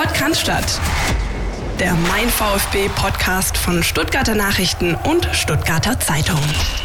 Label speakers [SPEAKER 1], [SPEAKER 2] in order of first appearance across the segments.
[SPEAKER 1] Sport Cannstatt, der Mein VfB-Podcast von Stuttgarter Nachrichten und Stuttgarter Zeitung.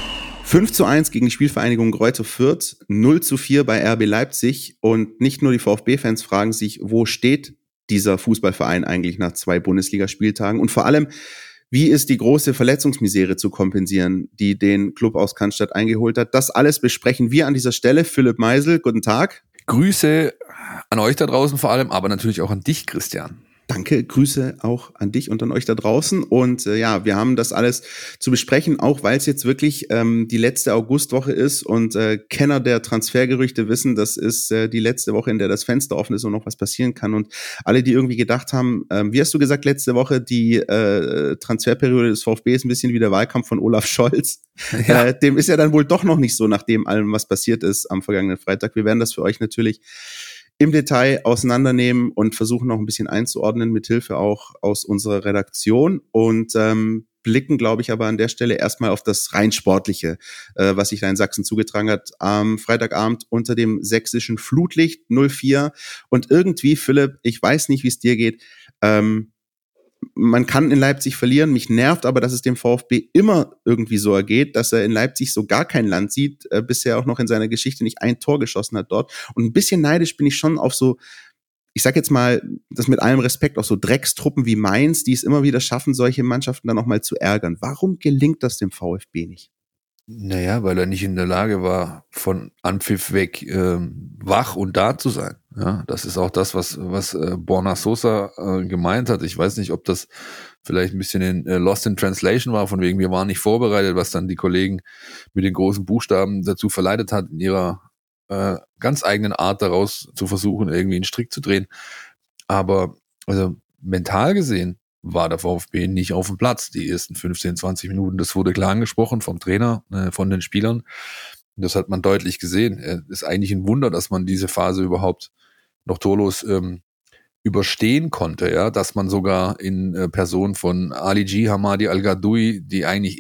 [SPEAKER 2] 5:1 gegen die Spielvereinigung Greuther Fürth, 0:4 bei RB Leipzig. Und nicht nur die VfB-Fans fragen sich, wo steht dieser Fußballverein eigentlich nach 2 Bundesligaspieltagen? Und vor allem, wie ist die große Verletzungsmisere zu kompensieren, die den Club aus Cannstatt eingeholt hat? Das alles besprechen wir an dieser Stelle. Philipp Meisel, guten Tag.
[SPEAKER 3] Grüße an euch da draußen vor allem, aber natürlich auch an dich, Christian.
[SPEAKER 2] Danke, Grüße auch an dich und an euch da draußen. Und ja, wir haben das alles zu besprechen, auch weil es jetzt wirklich die letzte Augustwoche ist und Kenner der Transfergerüchte wissen, das ist die letzte Woche, in der das Fenster offen ist und noch was passieren kann. Und alle, die irgendwie gedacht haben, wie hast du gesagt letzte Woche, die Transferperiode des VfB ist ein bisschen wie der Wahlkampf von Olaf Scholz. Ja. Dem ist ja dann wohl doch noch nicht so, nachdem allem, was passiert ist am vergangenen Freitag. Wir werden das für euch natürlich im Detail auseinandernehmen und versuchen noch ein bisschen einzuordnen, mithilfe auch aus unserer Redaktion und blicken, glaube ich, aber an der Stelle erstmal auf das rein Sportliche, was sich da in Sachsen zugetragen hat. Am Freitagabend unter dem sächsischen Flutlicht 0:4 und irgendwie, Philipp, ich weiß nicht, wie es dir geht, man kann in Leipzig verlieren, mich nervt aber, dass es dem VfB immer irgendwie so ergeht, dass er in Leipzig so gar kein Land sieht, bisher auch noch in seiner Geschichte nicht ein Tor geschossen hat dort. Und ein bisschen neidisch bin ich schon auf so, ich sag jetzt mal, das mit allem Respekt, auf so Dreckstruppen wie Mainz, die es immer wieder schaffen, solche Mannschaften dann auch mal zu ärgern. Warum gelingt das dem VfB nicht?
[SPEAKER 3] Naja, weil er nicht in der Lage war, von Anpfiff weg wach und da zu sein. Ja, das ist auch das, was Borna Sosa gemeint hat. Ich weiß nicht, ob das vielleicht ein bisschen in Lost in Translation war, von wegen wir waren nicht vorbereitet, was dann die Kollegen mit den großen Buchstaben dazu verleitet hat, in ihrer ganz eigenen Art daraus zu versuchen, irgendwie einen Strick zu drehen. Aber also mental gesehen war der VfB nicht auf dem Platz, die ersten 15, 20 Minuten. Das wurde klar angesprochen vom Trainer, von den Spielern. Das hat man deutlich gesehen. Es ist eigentlich ein Wunder, dass man diese Phase überhaupt noch torlos überstehen konnte, ja, dass man sogar in Person von Ali G, Hamadi Al-Gadoui, die eigentlich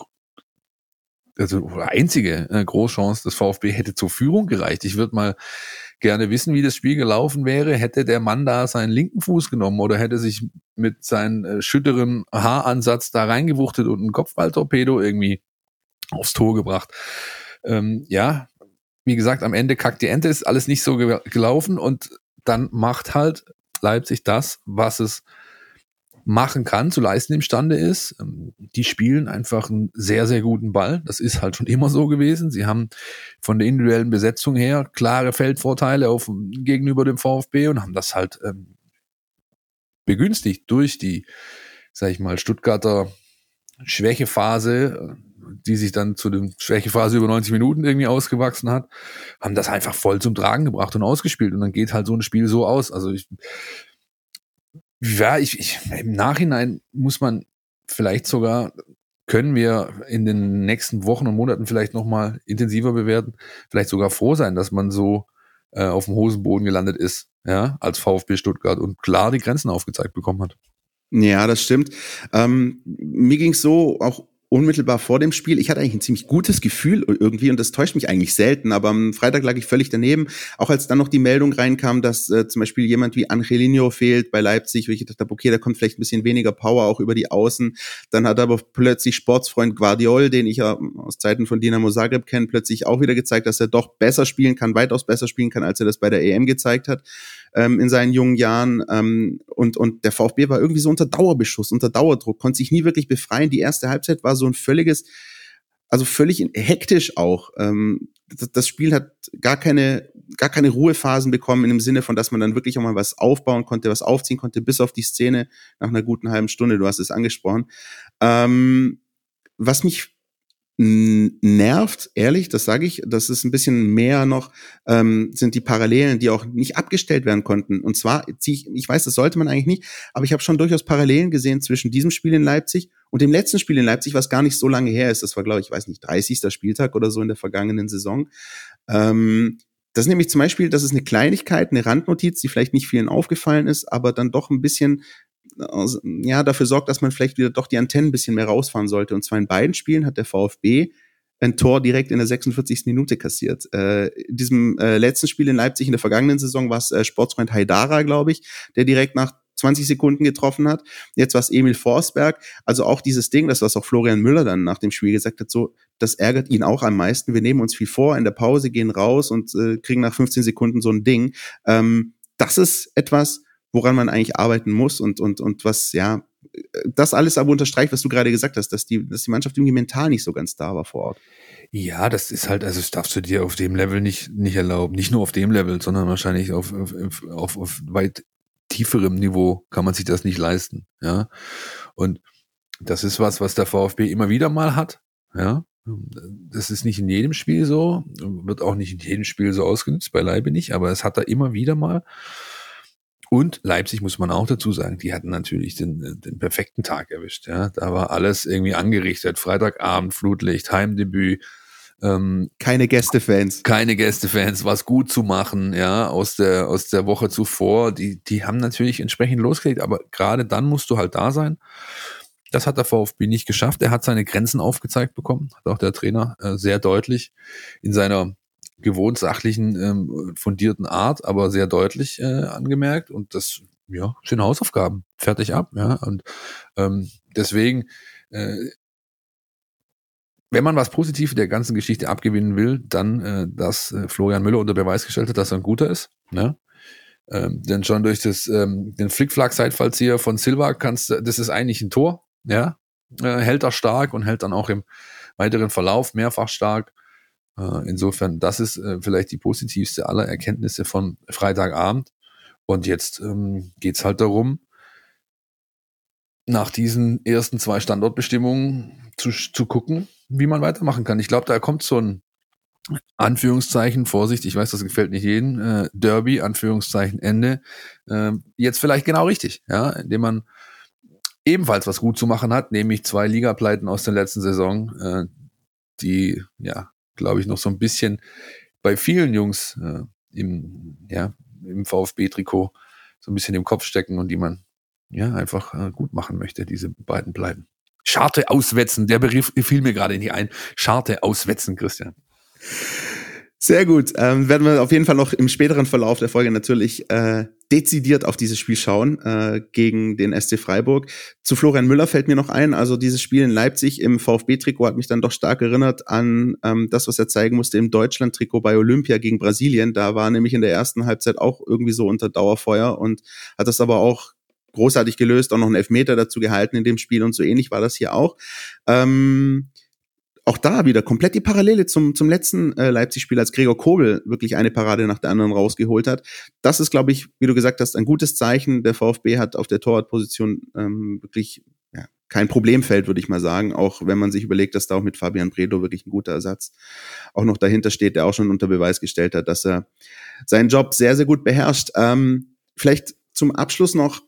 [SPEAKER 3] einzige Großchance des VfB hätte zur Führung gereicht. Ich würde mal gerne wissen, wie das Spiel gelaufen wäre, hätte der Mann da seinen linken Fuß genommen oder hätte sich mit seinem schütteren Haaransatz da reingewuchtet und ein Kopfballtorpedo irgendwie aufs Tor gebracht. Ja, wie gesagt, am Ende kackt die Ente, ist alles nicht so gelaufen und dann macht halt Leipzig das, was es machen kann, zu leisten imstande ist. Die spielen einfach einen sehr, sehr guten Ball. Das ist halt schon immer so gewesen. Sie haben von der individuellen Besetzung her klare Feldvorteile gegenüber dem VfB und haben das halt begünstigt durch die, sag ich mal, Stuttgarter Schwächephase, die sich dann zu der Schwächephase über 90 Minuten irgendwie ausgewachsen hat, haben das einfach voll zum Tragen gebracht und ausgespielt. Und dann geht halt so ein Spiel so aus. Also im Nachhinein muss man vielleicht sogar, können wir in den nächsten Wochen und Monaten vielleicht nochmal intensiver bewerten, vielleicht sogar froh sein, dass man so auf dem Hosenboden gelandet ist, ja, als VfB Stuttgart und klar die Grenzen aufgezeigt bekommen hat.
[SPEAKER 2] Ja, das stimmt. Mir ging's so, auch unmittelbar vor dem Spiel. Ich hatte eigentlich ein ziemlich gutes Gefühl irgendwie und das täuscht mich eigentlich selten, aber am Freitag lag ich völlig daneben. Auch als dann noch die Meldung reinkam, dass zum Beispiel jemand wie Angelino fehlt bei Leipzig, wo ich gedacht habe, okay, da kommt vielleicht ein bisschen weniger Power auch über die Außen. Dann hat aber plötzlich Sportsfreund Guardiol, den ich ja aus Zeiten von Dinamo Zagreb kenne, plötzlich auch wieder gezeigt, dass er doch besser spielen kann, weitaus besser spielen kann, als er das bei der EM gezeigt hat in seinen jungen Jahren. Und der VfB war irgendwie so unter Dauerbeschuss, unter Dauerdruck, konnte sich nie wirklich befreien. Die erste Halbzeit war so ein völlig hektisch auch. Das Spiel hat gar keine Ruhephasen bekommen, in dem Sinne von, dass man dann wirklich auch mal was aufbauen konnte, was aufziehen konnte, bis auf die Szene nach einer guten halben Stunde, du hast es angesprochen. Was mich nervt, ehrlich, das sage ich, das ist ein bisschen mehr noch, sind die Parallelen, die auch nicht abgestellt werden konnten. Und zwar, ich weiß, das sollte man eigentlich nicht, aber ich habe schon durchaus Parallelen gesehen zwischen diesem Spiel in Leipzig und dem letzten Spiel in Leipzig, was gar nicht so lange her ist. Das war, glaube ich, 30. Spieltag oder so in der vergangenen Saison. Das ist nämlich zum Beispiel, das ist eine Kleinigkeit, eine Randnotiz, die vielleicht nicht vielen aufgefallen ist, aber dann doch ein bisschen dafür sorgt, dass man vielleicht wieder doch die Antennen ein bisschen mehr rausfahren sollte. Und zwar in beiden Spielen hat der VfB ein Tor direkt in der 46. Minute kassiert. In diesem letzten Spiel in Leipzig in der vergangenen Saison war es Sportsfreund Haidara, glaube ich, der direkt nach 20 Sekunden getroffen hat. Jetzt war es Emil Forsberg. Also auch dieses Ding, das was auch Florian Müller dann nach dem Spiel gesagt hat, so, das ärgert ihn auch am meisten. Wir nehmen uns viel vor in der Pause, gehen raus und kriegen nach 15 Sekunden so ein Ding. Das ist etwas, woran man eigentlich arbeiten muss und was, ja, das alles aber unterstreicht, was du gerade gesagt hast, dass die Mannschaft irgendwie mental nicht so ganz da war vor Ort.
[SPEAKER 3] Ja, das ist halt, also das darfst du dir auf dem Level nicht erlauben. Nicht nur auf dem Level, sondern wahrscheinlich auf weit tieferem Niveau kann man sich das nicht leisten. Ja, und das ist was der VfB immer wieder mal hat. Ja, das ist nicht in jedem Spiel so, wird auch nicht in jedem Spiel so ausgenutzt, beileibe nicht, aber es hat er immer wieder mal. Und Leipzig, muss man auch dazu sagen, die hatten natürlich den perfekten Tag erwischt. Ja, da war alles irgendwie angerichtet. Freitagabend, Flutlicht, Heimdebüt.
[SPEAKER 2] Keine Gästefans,
[SPEAKER 3] was gut zu machen, ja, aus der Woche zuvor. Die haben natürlich entsprechend losgelegt, aber gerade dann musst du halt da sein. Das hat der VfB nicht geschafft. Er hat seine Grenzen aufgezeigt bekommen, hat auch der Trainer sehr deutlich in seiner gewohnt sachlichen, fundierten Art, aber sehr deutlich angemerkt. Und das, ja, sind Hausaufgaben. Fertig ab, ja. Und deswegen, wenn man was Positives der ganzen Geschichte abgewinnen will, dann, dass Florian Müller unter Beweis gestellt hat, dass er ein guter ist. Ne? Denn schon durch den Flickflack-Seitfallzieher von Silva das ist eigentlich ein Tor. Ja, hält er stark und hält dann auch im weiteren Verlauf mehrfach stark. Insofern, das ist vielleicht die positivste aller Erkenntnisse von Freitagabend. Und jetzt geht's halt darum, nach diesen ersten 2 Standortbestimmungen zu gucken, wie man weitermachen kann. Ich glaube, da kommt so ein Anführungszeichen, Vorsicht, ich weiß, das gefällt nicht jedem, Derby, Anführungszeichen, Ende, jetzt vielleicht genau richtig, ja, indem man ebenfalls was gut zu machen hat, nämlich 2 Ligapleiten aus der letzten Saison, die, ja, glaube ich, noch so ein bisschen bei vielen Jungs im VfB-Trikot so ein bisschen im Kopf stecken und die man ja einfach gut machen möchte, diese beiden Pleiten. Scharte auswetzen, der Begriff fiel mir gerade nicht ein. Scharte auswetzen, Christian.
[SPEAKER 2] Sehr gut. Werden wir auf jeden Fall noch im späteren Verlauf der Folge natürlich dezidiert auf dieses Spiel schauen gegen den SC Freiburg. Zu Florian Müller fällt mir noch ein, also dieses Spiel in Leipzig im VfB-Trikot hat mich dann doch stark erinnert an das, was er zeigen musste im Deutschland-Trikot bei Olympia gegen Brasilien. Da war nämlich in der ersten Halbzeit auch irgendwie so unter Dauerfeuer und hat das aber auch großartig gelöst, auch noch einen Elfmeter dazu gehalten in dem Spiel und so ähnlich war das hier auch. Auch da wieder komplett die Parallele zum letzten Leipzig-Spiel, als Gregor Kobel wirklich eine Parade nach der anderen rausgeholt hat. Das ist, glaube ich, wie du gesagt hast, ein gutes Zeichen. Der VfB hat auf der Torwartposition wirklich kein Problemfeld, würde ich mal sagen. Auch wenn man sich überlegt, dass da auch mit Fabian Bredow wirklich ein guter Ersatz auch noch dahinter steht, der auch schon unter Beweis gestellt hat, dass er seinen Job sehr, sehr gut beherrscht. Vielleicht zum Abschluss noch,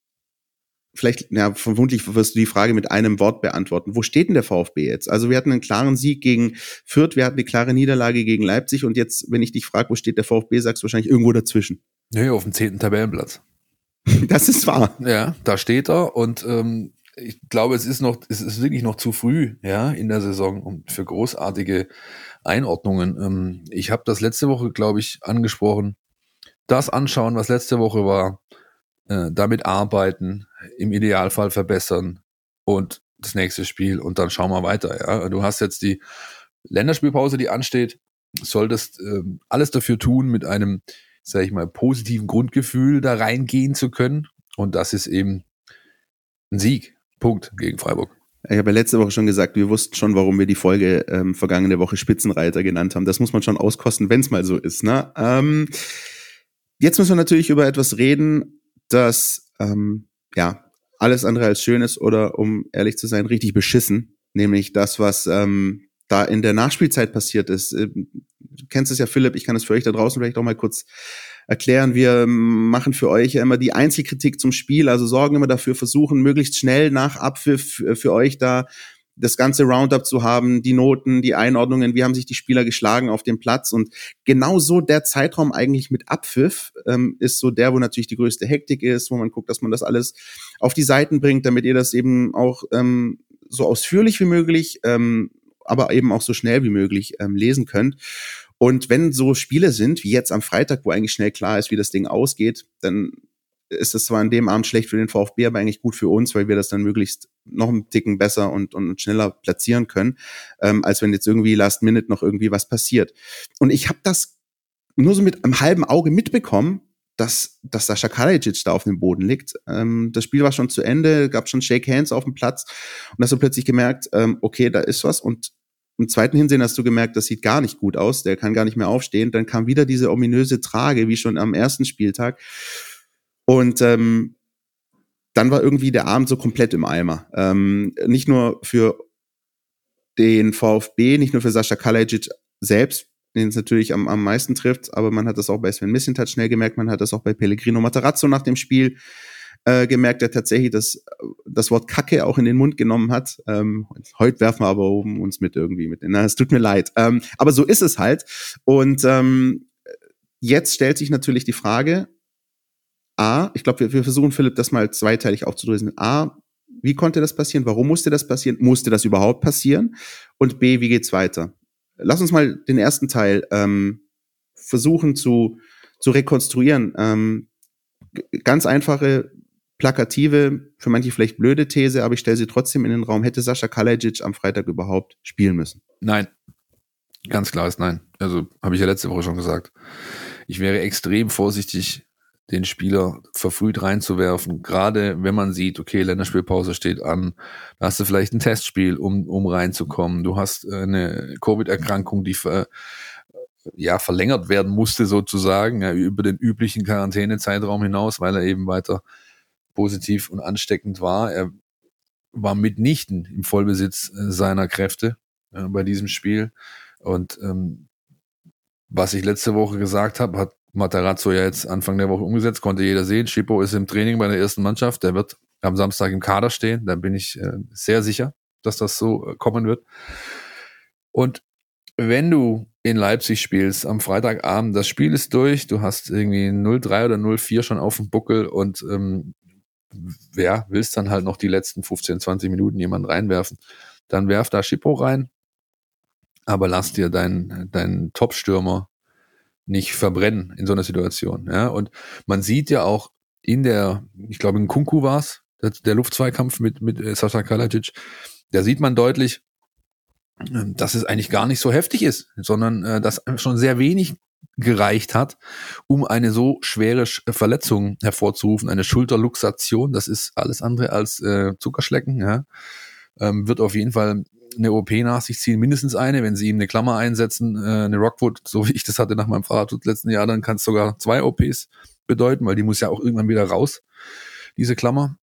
[SPEAKER 2] vermutlich wirst du die Frage mit einem Wort beantworten. Wo steht denn der VfB jetzt? Also wir hatten einen klaren Sieg gegen Fürth, wir hatten eine klare Niederlage gegen Leipzig und jetzt, wenn ich dich frage, wo steht der VfB, sagst du wahrscheinlich irgendwo dazwischen.
[SPEAKER 3] Nee, auf dem 10. Tabellenplatz.
[SPEAKER 2] Das ist wahr.
[SPEAKER 3] Ja, da steht er und ich glaube, es ist wirklich noch zu früh, ja, in der Saison für großartige Einordnungen. Ich habe das letzte Woche, glaube ich, angesprochen. Das anschauen, was letzte Woche war, damit arbeiten, im Idealfall verbessern und das nächste Spiel und dann schauen wir weiter. Ja, du hast jetzt die Länderspielpause, die ansteht, solltest alles dafür tun, mit einem, sag ich mal, positiven Grundgefühl da reingehen zu können und das ist eben ein Sieg. Punkt gegen Freiburg.
[SPEAKER 2] Ich habe ja letzte Woche schon gesagt, wir wussten schon, warum wir die Folge vergangene Woche Spitzenreiter genannt haben. Das muss man schon auskosten, wenn es mal so ist. Ne? Jetzt müssen wir natürlich über etwas reden, das alles andere als schön ist oder, um ehrlich zu sein, richtig beschissen. Nämlich das, was da in der Nachspielzeit passiert ist. Du kennst es ja, Philipp, ich kann es für euch da draußen vielleicht auch mal kurz erklären. Wir machen für euch ja immer die Einzelkritik zum Spiel, also sorgen immer dafür, versuchen möglichst schnell nach Abpfiff für euch da das ganze Roundup zu haben, die Noten, die Einordnungen, wie haben sich die Spieler geschlagen auf dem Platz und genau so der Zeitraum eigentlich mit Abpfiff ist so der, wo natürlich die größte Hektik ist, wo man guckt, dass man das alles auf die Seiten bringt, damit ihr das eben auch so ausführlich wie möglich, aber eben auch so schnell wie möglich lesen könnt. Und wenn so Spiele sind, wie jetzt am Freitag, wo eigentlich schnell klar ist, wie das Ding ausgeht, dann ist es zwar an dem Abend schlecht für den VfB, aber eigentlich gut für uns, weil wir das dann möglichst noch einen Ticken besser und schneller platzieren können, als wenn jetzt irgendwie last minute noch irgendwie was passiert. Und ich habe das nur so mit einem halben Auge mitbekommen, dass Sascha Kalajdzic da auf dem Boden liegt. Das Spiel war schon zu Ende, gab schon Shake Hands auf dem Platz und hast du plötzlich gemerkt, okay, da ist was. Und im zweiten Hinsehen hast du gemerkt, das sieht gar nicht gut aus, der kann gar nicht mehr aufstehen. Dann kam wieder diese ominöse Trage, wie schon am ersten Spieltag. Und dann war irgendwie der Abend so komplett im Eimer. Nicht nur für den VfB, nicht nur für Sascha Kalajdzic selbst, den es natürlich am meisten trifft, aber man hat das auch bei Sven Mislintat schnell gemerkt, man hat das auch bei Pellegrino Matarazzo nach dem Spiel gemerkt, der tatsächlich das Wort Kacke auch in den Mund genommen hat. Heute werfen wir aber oben uns irgendwie mit. Na, es tut mir leid. Aber so ist es halt. Und jetzt stellt sich natürlich die Frage, ich glaube, wir versuchen, Philipp, das mal zweiteilig aufzudröseln. Wie konnte das passieren? Warum musste das passieren? Musste das überhaupt passieren? Und B, wie geht's weiter? Lass uns mal den ersten Teil versuchen zu rekonstruieren. Ganz einfache, plakative, für manche vielleicht blöde These, aber ich stelle sie trotzdem in den Raum. Hätte Sascha Kalajdzic am Freitag überhaupt spielen müssen?
[SPEAKER 3] Nein. Ganz klar ist nein. Also habe ich ja letzte Woche schon gesagt. Ich wäre extrem vorsichtig, den Spieler verfrüht reinzuwerfen, gerade wenn man sieht, okay, Länderspielpause steht an, da hast du vielleicht ein Testspiel, um reinzukommen. Du hast eine Covid-Erkrankung, die verlängert werden musste sozusagen, ja, über den üblichen Quarantänezeitraum hinaus, weil er eben weiter positiv und ansteckend war. Er war mitnichten im Vollbesitz seiner Kräfte bei diesem Spiel. Und was ich letzte Woche gesagt habe, hat Matarazzo ja jetzt Anfang der Woche umgesetzt, konnte jeder sehen. Schippo ist im Training bei der ersten Mannschaft, der wird am Samstag im Kader stehen, da bin ich sehr sicher, dass das so kommen wird. Und wenn du in Leipzig spielst am Freitagabend, das Spiel ist durch, du hast irgendwie 0-3 oder 0-4 schon auf dem Buckel und willst dann halt noch die letzten 15, 20 Minuten jemanden reinwerfen, dann werf da Schippo rein, aber lass dir deinen Top-Stürmer nicht verbrennen in so einer Situation. Ja? Und man sieht ja auch ich glaube in Kunku war es, der Luftzweikampf mit Sascha Kalajdzic, da sieht man deutlich, dass es eigentlich gar nicht so heftig ist, sondern dass schon sehr wenig gereicht hat, um eine so schwere Verletzung hervorzurufen, eine Schulterluxation, das ist alles andere als Zuckerschlecken, ja? Wird auf jeden Fall eine OP nach sich ziehen, mindestens eine, wenn sie ihm eine Klammer einsetzen, eine Rockwood, so wie ich das hatte nach meinem Fahrrad letzten Jahr, dann kann es sogar 2 OPs bedeuten, weil die muss ja auch irgendwann wieder raus, diese Klammer.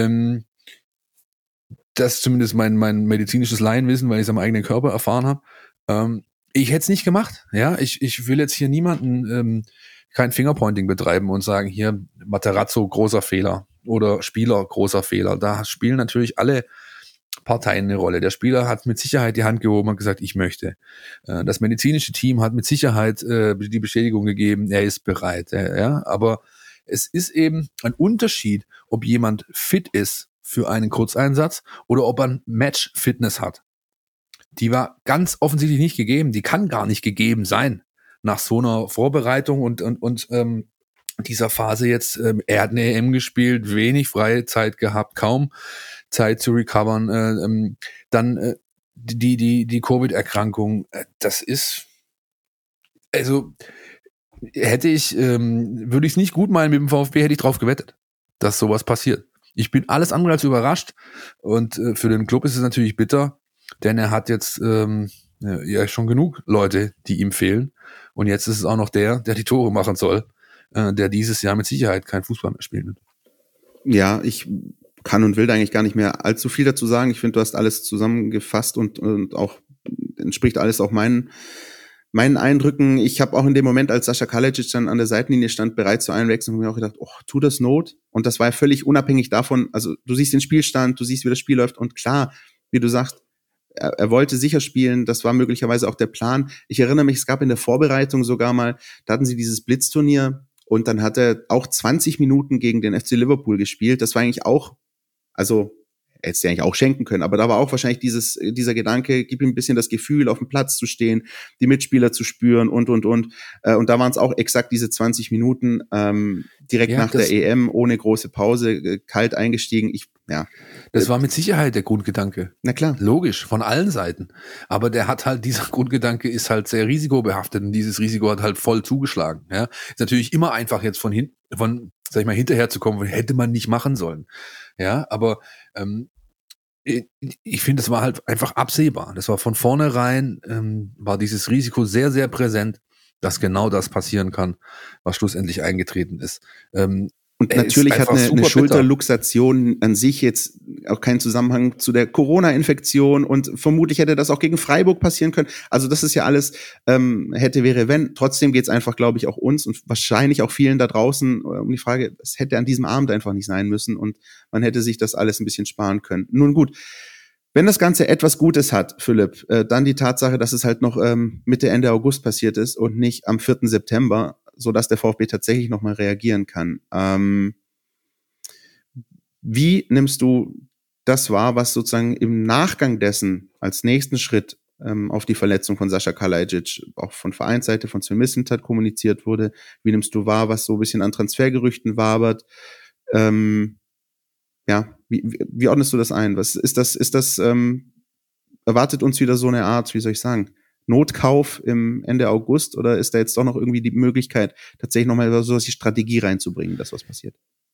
[SPEAKER 3] Das ist zumindest mein medizinisches Laienwissen, weil ich es am eigenen Körper erfahren habe. Ich hätte es nicht gemacht, ja, ich will jetzt hier niemanden kein Fingerpointing betreiben und sagen, hier Matarazzo, großer Fehler oder Spieler, großer Fehler. Da spielen natürlich alle Parteien eine Rolle. Der Spieler hat mit Sicherheit die Hand gehoben und gesagt, ich möchte. Das medizinische Team hat mit Sicherheit die Bestätigung gegeben, er ist bereit. Ja? Aber es ist eben ein Unterschied, ob jemand fit ist für einen Kurzeinsatz oder ob er Match-Fitness hat. Die war ganz offensichtlich nicht gegeben. Die kann gar nicht gegeben sein nach so einer Vorbereitung und dieser Phase jetzt. Er hat eine EM gespielt, wenig freie Zeit gehabt, kaum Zeit zu recovern. Dann die Covid-Erkrankung, das ist, also würde ich es nicht gut meinen mit dem VfB, hätte ich drauf gewettet, dass sowas passiert. Ich bin alles andere als überrascht und für den Club ist es natürlich bitter, denn er hat jetzt ja schon genug Leute, die ihm fehlen und jetzt ist es auch noch der die Tore machen soll, der dieses Jahr mit Sicherheit kein Fußball mehr spielen wird.
[SPEAKER 2] Ja, ich kann und will da eigentlich gar nicht mehr allzu viel dazu sagen. Ich finde, du hast alles zusammengefasst und auch entspricht alles auch meinen Eindrücken. Ich habe auch in dem Moment, als Sascha Kalajdzic dann an der Seitenlinie stand, bereit zu einwechseln, mir auch gedacht, tut das Not? Und das war ja völlig unabhängig davon, also du siehst den Spielstand, du siehst, wie das Spiel läuft und klar, wie du sagst, er wollte sicher spielen, das war möglicherweise auch der Plan. Ich erinnere mich, es gab in der Vorbereitung sogar mal, da hatten sie dieses Blitzturnier und dann hat er auch 20 Minuten gegen den FC Liverpool gespielt. Das war eigentlich auch, also hättest du ja eigentlich auch schenken können, aber da war auch wahrscheinlich dieser Gedanke, gib ihm ein bisschen das Gefühl, auf dem Platz zu stehen, die Mitspieler zu spüren und. Und da waren es auch exakt diese 20 Minuten, direkt nach der EM, ohne große Pause, kalt eingestiegen.
[SPEAKER 3] Das war mit Sicherheit der Grundgedanke.
[SPEAKER 2] Na klar.
[SPEAKER 3] Logisch, von allen Seiten. Aber dieser Grundgedanke ist halt sehr risikobehaftet und dieses Risiko hat halt voll zugeschlagen. Ja. Ist natürlich immer einfach jetzt sag ich mal, hinterher zu kommen, hätte man nicht machen sollen. Ja, aber ich finde, es war halt einfach absehbar. Das war von vornherein, war dieses Risiko sehr, sehr präsent, dass genau das passieren kann, was schlussendlich eingetreten ist.
[SPEAKER 2] Und natürlich hat eine Schulterluxation an sich jetzt auch keinen Zusammenhang zu der Corona-Infektion und vermutlich hätte das auch gegen Freiburg passieren können. Also das ist ja alles hätte, wäre, wenn. Trotzdem geht's einfach, glaube ich, auch uns und wahrscheinlich auch vielen da draußen um die Frage, es hätte an diesem Abend einfach nicht sein müssen und man hätte sich das alles ein bisschen sparen können. Nun gut, wenn das Ganze etwas Gutes hat, Philipp, dann die Tatsache, dass es halt noch Mitte, Ende August passiert ist und nicht am 4. September, sodass der VfB tatsächlich nochmal reagieren kann. Wie nimmst du das wahr, was sozusagen im Nachgang dessen als nächsten Schritt auf die Verletzung von Sascha Kalajdzic auch von Vereinsseite, von Sven Mislintat kommuniziert wurde? Wie nimmst du wahr, was so ein bisschen an Transfergerüchten wabert? Wie ordnest du das ein? Was ist das, erwartet uns wieder so eine Art, wie soll ich sagen, Notkauf im Ende August oder ist da jetzt doch noch irgendwie die Möglichkeit, tatsächlich nochmal so die Strategie reinzubringen, dass was passiert?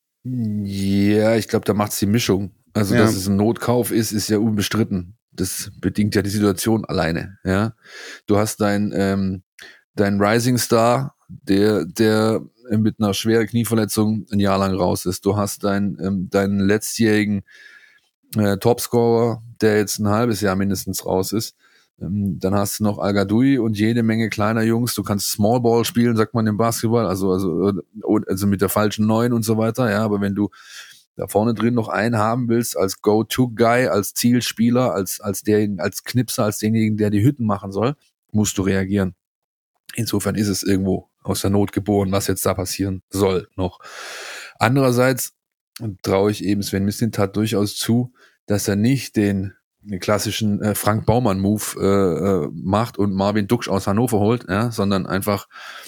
[SPEAKER 3] Ja, ich glaube, da macht's die Mischung. Also, dass es ein Notkauf ist ja unbestritten. Das bedingt ja die Situation alleine, ja. Du hast dein Rising Star, der mit einer schweren Knieverletzung ein Jahr lang raus ist. Du hast deinen letztjährigen Topscorer, der jetzt ein halbes Jahr mindestens raus ist. Dann hast du noch Al-Gadoui und jede Menge kleiner Jungs. Du kannst Smallball spielen, sagt man im Basketball, also mit der falschen 9 und so weiter. Ja, aber wenn du da vorne drin noch einen haben willst als Go-To-Guy, als Zielspieler, als Knipser, als denjenigen, der die Hütten machen soll, musst du reagieren. Insofern ist es irgendwo aus der Not geboren, was jetzt da passieren soll noch. Andererseits traue ich eben Sven Mislintat durchaus zu, dass er nicht den klassischen Frank Baumann-Move macht und Marvin Duksch aus Hannover holt, ja, sondern einfach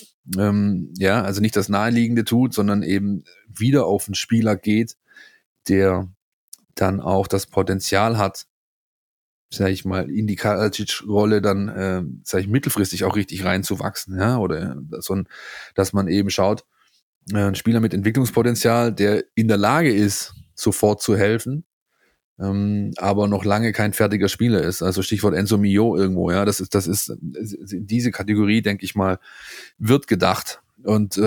[SPEAKER 3] also nicht das Naheliegende tut, sondern eben wieder auf einen Spieler geht, der dann auch das Potenzial hat, sag ich mal, in die Kalajdzic-Rolle dann, mittelfristig auch richtig reinzuwachsen, ja, oder dass man eben schaut, ein Spieler mit Entwicklungspotenzial, der in der Lage ist, sofort zu helfen, aber noch lange kein fertiger Spieler ist. Also Stichwort Enzo Mio irgendwo, ja, das ist diese Kategorie, denke ich mal, wird gedacht und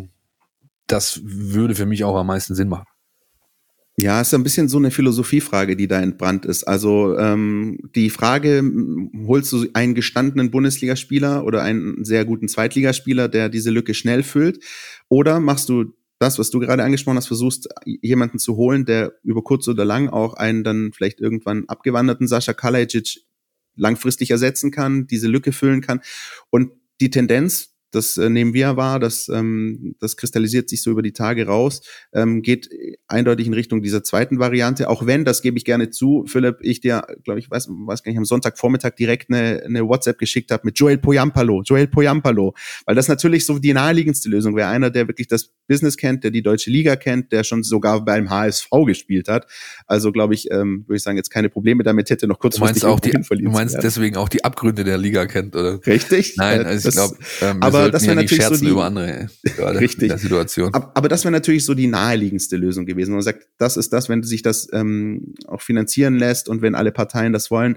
[SPEAKER 3] das würde für mich auch am meisten Sinn machen.
[SPEAKER 2] Ja, ist ein bisschen so eine Philosophiefrage, die da entbrannt ist. Also die Frage, holst du einen gestandenen Bundesligaspieler oder einen sehr guten Zweitligaspieler, der diese Lücke schnell füllt, oder machst du das, was du gerade angesprochen hast, versuchst jemanden zu holen, der über kurz oder lang auch einen dann vielleicht irgendwann abgewanderten Sascha Kalajdzic langfristig ersetzen kann, diese Lücke füllen kann. Und die Tendenz, das nehmen wir wahr, das kristallisiert sich so über die Tage raus, geht eindeutig in Richtung dieser zweiten Variante, auch wenn, das gebe ich gerne zu, Philipp, ich dir, glaube ich, weiß gar nicht, am Sonntagvormittag direkt eine WhatsApp geschickt habe mit Joel Poyampalo, weil das natürlich so die naheliegendste Lösung wäre, einer, der wirklich das Business kennt, der die deutsche Liga kennt, der schon sogar beim HSV gespielt hat, also glaube ich, würde ich sagen, jetzt keine Probleme damit hätte, noch kurzfristig
[SPEAKER 3] du meinst deswegen auch die Abgründe der Liga kennt, oder?
[SPEAKER 2] Richtig.
[SPEAKER 3] Nein, also ich glaube,
[SPEAKER 2] aber das wäre natürlich so
[SPEAKER 3] über andere
[SPEAKER 2] richtig.
[SPEAKER 3] In der Situation.
[SPEAKER 2] Aber das wäre natürlich so die naheliegendste Lösung gewesen. Man sagt, das ist das, wenn sich das auch finanzieren lässt und wenn alle Parteien das wollen.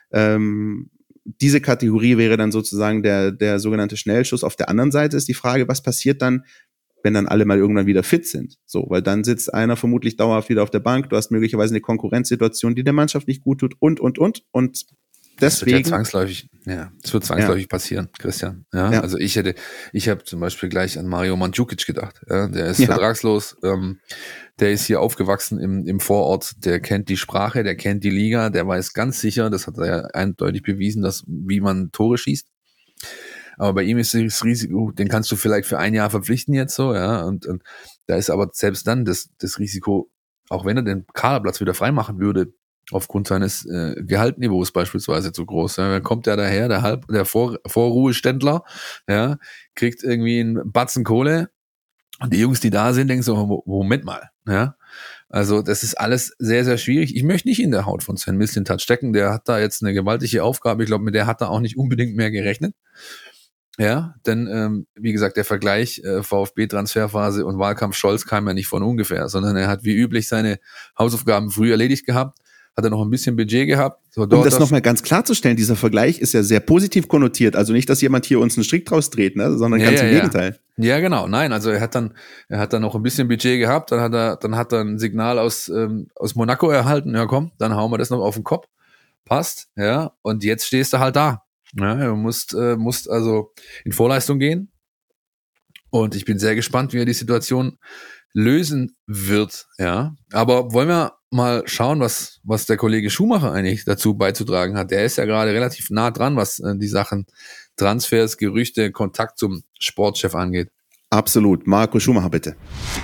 [SPEAKER 2] Diese Kategorie wäre dann sozusagen der sogenannte Schnellschuss. Auf der anderen Seite ist die Frage, was passiert dann, wenn dann alle mal irgendwann wieder fit sind? So, weil dann sitzt einer vermutlich dauerhaft wieder auf der Bank. Du hast möglicherweise eine Konkurrenzsituation, die der Mannschaft nicht gut tut und deswegen.
[SPEAKER 3] Das wird zwangsläufig passieren, Christian. Ja. Also ich habe zum Beispiel gleich an Mario Mandzukic gedacht. Ja, der ist vertragslos, der ist hier aufgewachsen im Vorort, der kennt die Sprache, der kennt die Liga, der weiß ganz sicher, das hat er ja eindeutig bewiesen, wie man Tore schießt. Aber bei ihm ist das Risiko, den kannst du vielleicht für ein Jahr verpflichten jetzt so, ja, und da ist aber selbst dann das Risiko, auch wenn er den Kaderplatz wieder freimachen würde, aufgrund seines Gehaltniveaus beispielsweise zu groß. Ja. Dann kommt der daher, der Vorruheständler, ja, kriegt irgendwie einen Batzen Kohle und die Jungs, die da sind, denken so, Moment mal, ja. Also das ist alles sehr, sehr schwierig. Ich möchte nicht in der Haut von Sven Mislintat stecken. Der hat da jetzt eine gewaltige Aufgabe. Ich glaube, mit der hat er auch nicht unbedingt mehr gerechnet. Ja, denn wie gesagt, der Vergleich VfB-Transferphase und Wahlkampf Scholz kam ja nicht von ungefähr, sondern er hat wie üblich seine Hausaufgaben früh erledigt gehabt, hat er noch ein bisschen Budget gehabt. So,
[SPEAKER 2] um das nochmal ganz klarzustellen, dieser Vergleich ist ja sehr positiv konnotiert. Also nicht, dass jemand hier uns einen Strick draus dreht, ne? Sondern ganz im Gegenteil.
[SPEAKER 3] Ja, genau. Nein, also er hat dann noch ein bisschen Budget gehabt, dann hat er ein Signal aus Monaco erhalten. Ja, komm, dann hauen wir das noch auf den Kopf. Passt, ja. Und jetzt stehst du halt da. Ja, du musst also in Vorleistung gehen. Und ich bin sehr gespannt, wie er die Situation lösen wird. Ja, aber wollen wir mal schauen, was der Kollege Schumacher eigentlich dazu beizutragen hat. Der ist ja gerade relativ nah dran, was die Sachen Transfers, Gerüchte, Kontakt zum Sportchef angeht.
[SPEAKER 2] Absolut. Marco Schumacher, bitte.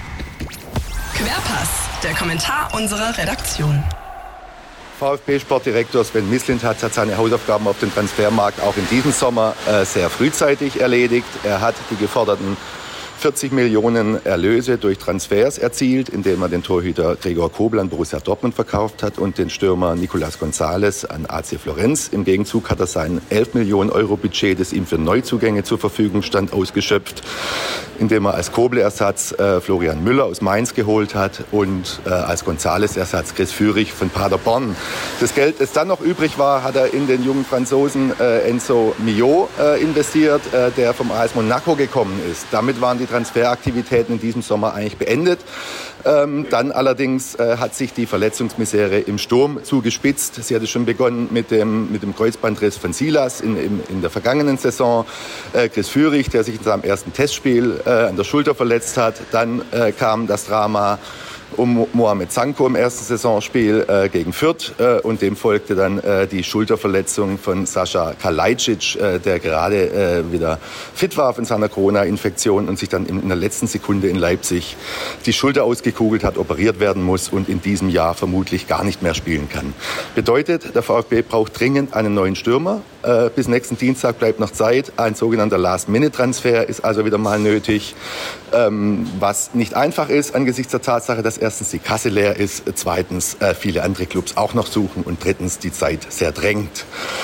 [SPEAKER 1] Querpass, der Kommentar unserer Redaktion.
[SPEAKER 4] VfB-Sportdirektor Sven Mislintat hat seine Hausaufgaben auf dem Transfermarkt auch in diesem Sommer sehr frühzeitig erledigt. Er hat die geforderten 40 Millionen Erlöse durch Transfers erzielt, indem er den Torhüter Gregor Kobel an Borussia Dortmund verkauft hat und den Stürmer Nicolas Gonzalez an AC Florenz. Im Gegenzug hat er sein 11 Millionen Euro Budget, das ihm für Neuzugänge zur Verfügung stand, ausgeschöpft, indem er als Kobel-Ersatz Florian Müller aus Mainz geholt hat und als Gonzalez-Ersatz Chris Führig von Paderborn. Das Geld, das dann noch übrig war, hat er in den jungen Franzosen Enzo Millot investiert, der vom AS Monaco gekommen ist. Damit waren die Transferaktivitäten in diesem Sommer eigentlich beendet. Dann allerdings hat sich die Verletzungsmisere im Sturm zugespitzt. Sie hatte schon begonnen mit dem Kreuzbandriss von Silas in der vergangenen Saison. Chris Führig, der sich in seinem ersten Testspiel an der Schulter verletzt hat. Dann kam das Drama um Mohamed Sanko im ersten Saisonspiel gegen Fürth und dem folgte dann die Schulterverletzung von Sascha Kalajdzic, der gerade wieder fit war von seiner Corona-Infektion und sich dann in der letzten Sekunde in Leipzig die Schulter ausgekugelt hat, operiert werden muss und in diesem Jahr vermutlich gar nicht mehr spielen kann. Bedeutet, der VfB braucht dringend einen neuen Stürmer. Bis nächsten Dienstag bleibt noch Zeit. Ein sogenannter Last-Minute-Transfer ist also wieder mal nötig, was nicht einfach ist angesichts der Tatsache, dass erstens die Kasse leer ist, zweitens viele andere Clubs auch noch suchen und drittens die Zeit sehr drängt.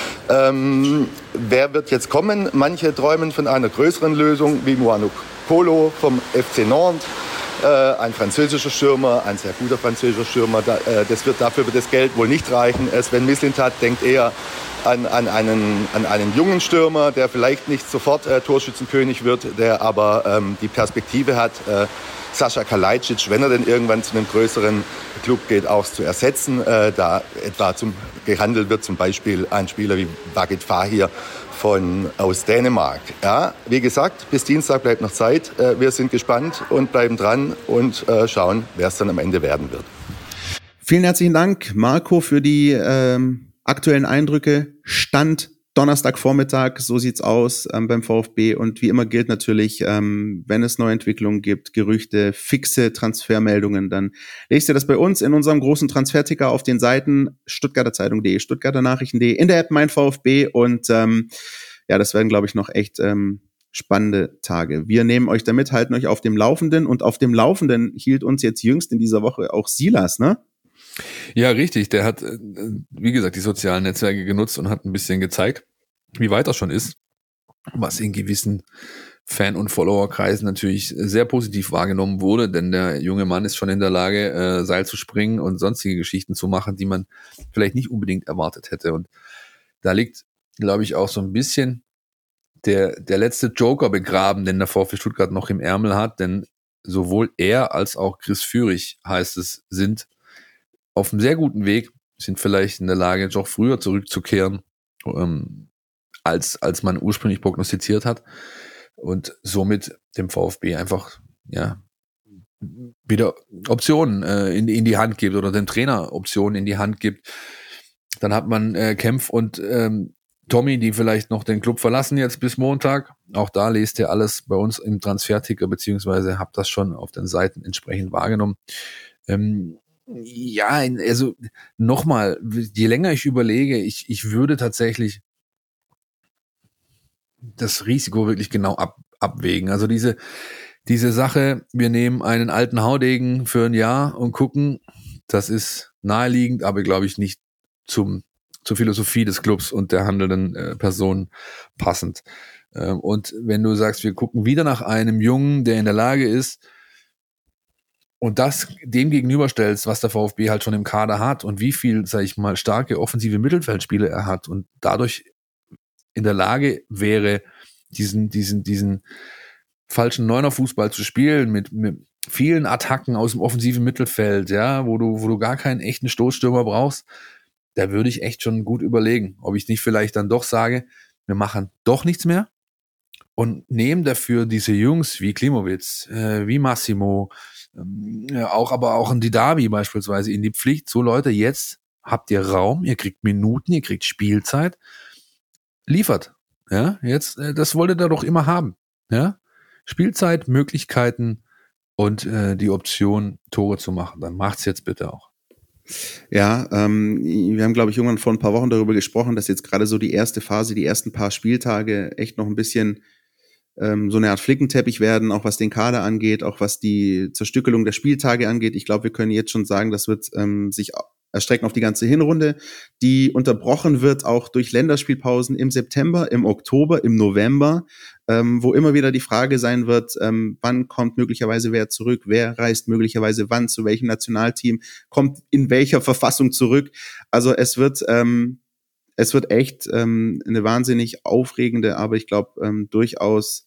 [SPEAKER 4] Wer wird jetzt kommen? Manche träumen von einer größeren Lösung wie Muanu Kolo vom FC Nantes. Ein französischer Stürmer, ein sehr guter französischer Stürmer. Dafür wird das Geld wohl nicht reichen. Sven Mislintat denkt eher an einen jungen Stürmer, der vielleicht nicht sofort Torschützenkönig wird, der aber die Perspektive hat, Sascha Kalajdzic, wenn er denn irgendwann zu einem größeren Club geht, auch zu ersetzen. Da etwa gehandelt wird zum Beispiel ein Spieler wie Bagit Fahir aus Dänemark. Ja, wie gesagt, bis Dienstag bleibt noch Zeit. Wir sind gespannt und bleiben dran und schauen, wer es dann am Ende werden wird.
[SPEAKER 2] Vielen herzlichen Dank, Marco, für die aktuellen Eindrücke. Stand Donnerstagvormittag, so sieht's aus beim VfB. Und wie immer gilt natürlich, wenn es Neuentwicklungen gibt, Gerüchte, fixe Transfermeldungen, dann lest ihr das bei uns in unserem großen Transferticker auf den Seiten stuttgarterzeitung.de, stuttgarternachrichten.de, in der App Mein VfB. Und ja, das werden, glaube ich, noch echt spannende Tage. Wir nehmen euch damit, halten euch auf dem Laufenden. Und auf dem Laufenden hielt uns jetzt jüngst in dieser Woche auch Silas, ne?
[SPEAKER 3] Ja, richtig. Der hat, wie gesagt, die sozialen Netzwerke genutzt und hat ein bisschen gezeigt, wie weit er schon ist, was in gewissen Fan- und Followerkreisen natürlich sehr positiv wahrgenommen wurde, denn der junge Mann ist schon in der Lage, Seil zu springen und sonstige Geschichten zu machen, die man vielleicht nicht unbedingt erwartet hätte. Und da liegt, glaube ich, auch so ein bisschen der letzte Joker begraben, den der VfB Stuttgart noch im Ärmel hat, denn sowohl er als auch Chris Führig, heißt es, sind auf einem sehr guten Weg, sind vielleicht in der Lage, doch früher zurückzukehren, als man ursprünglich prognostiziert hat und somit dem VfB einfach wieder Optionen in die Hand gibt oder dem Trainer Optionen in die Hand gibt. Dann hat man Kempf und Tommy, die vielleicht noch den Club verlassen jetzt bis Montag. Auch da lest ihr alles bei uns im Transferticker, beziehungsweise habt das schon auf den Seiten entsprechend wahrgenommen. Ja, also nochmal, je länger ich überlege, ich würde tatsächlich das Risiko wirklich genau abwägen. Also diese Sache, wir nehmen einen alten Haudegen für ein Jahr und gucken, das ist naheliegend, aber glaube ich nicht zur Philosophie des Clubs und der handelnden Person passend. Und wenn du sagst, wir gucken wieder nach einem Jungen, der in der Lage ist, und das dem gegenüberstellst, was der VfB halt schon im Kader hat und wie viel, sag ich mal, starke offensive Mittelfeldspiele er hat und dadurch in der Lage wäre, diesen falschen Neuner-Fußball zu spielen mit vielen Attacken aus dem offensiven Mittelfeld, ja, wo du gar keinen echten Stoßstürmer brauchst, da würde ich echt schon gut überlegen, ob ich nicht vielleicht dann doch sage, wir machen doch nichts mehr und nehmen dafür diese Jungs wie Klimowitz, wie Massimo, aber auch ein Didavi beispielsweise in die Pflicht. So Leute, jetzt habt ihr Raum, ihr kriegt Minuten, ihr kriegt Spielzeit, liefert. Ja, jetzt, das wolltet ihr doch immer haben. Ja, Spielzeit, Möglichkeiten und die Option, Tore zu machen. Dann macht's jetzt bitte auch.
[SPEAKER 2] Ja, wir haben, glaube ich, irgendwann vor ein paar Wochen darüber gesprochen, dass jetzt gerade so die erste Phase, die ersten paar Spieltage echt noch ein bisschen so eine Art Flickenteppich werden, auch was den Kader angeht, auch was die Zerstückelung der Spieltage angeht. Ich glaube, wir können jetzt schon sagen, das wird sich erstrecken auf die ganze Hinrunde, die unterbrochen wird auch durch Länderspielpausen im September, im Oktober, im November, wo immer wieder die Frage sein wird, wann kommt möglicherweise wer zurück, wer reist möglicherweise wann, zu welchem Nationalteam, kommt in welcher Verfassung zurück. Also es wird echt eine wahnsinnig aufregende, aber ich glaube durchaus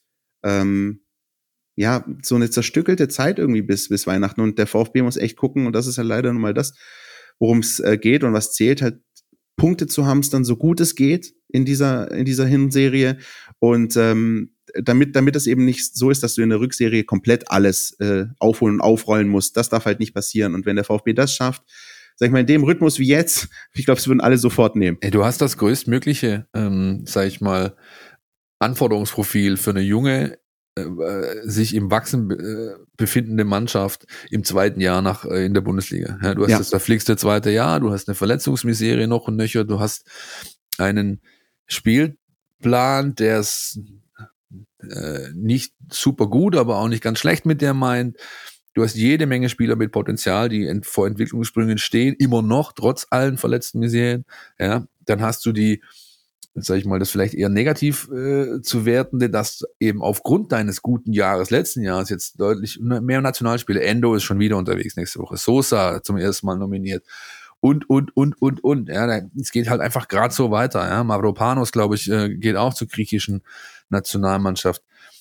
[SPEAKER 2] so eine zerstückelte Zeit irgendwie bis Weihnachten. Und der VfB muss echt gucken, und das ist ja leider nun mal das, worum es geht und was zählt, halt Punkte zu hamstern, so gut es geht in dieser Hinserie. Und damit es eben nicht so ist, dass du in der Rückserie komplett alles aufholen und aufrollen musst. Das darf halt nicht passieren. Und wenn der VfB das schafft, sag ich mal, in dem Rhythmus wie jetzt, ich glaube, es würden alle sofort nehmen.
[SPEAKER 3] Du hast das größtmögliche, sag ich mal, Anforderungsprofil für eine junge, sich im Wachsen befindende Mannschaft im zweiten Jahr in der Bundesliga. Ja, du hast das verflixte zweite Jahr, du hast eine Verletzungsmisere noch und nöcher, du hast einen Spielplan, der es nicht super gut, aber auch nicht ganz schlecht mit der meint. Du hast jede Menge Spieler mit Potenzial, die vor Entwicklungssprüngen stehen, immer noch, trotz allen verletzten Miserien. Ja, dann hast du sag ich mal, das vielleicht eher negativ zu wertende, dass eben aufgrund deines guten Jahres, letzten Jahres, jetzt deutlich mehr Nationalspiele, Endo ist schon wieder unterwegs nächste Woche, Sosa zum ersten Mal nominiert und. Ja, es geht halt einfach gerade so weiter. Ja. Mavropanos, glaube ich, geht auch zur griechischen Nationalmannschaft.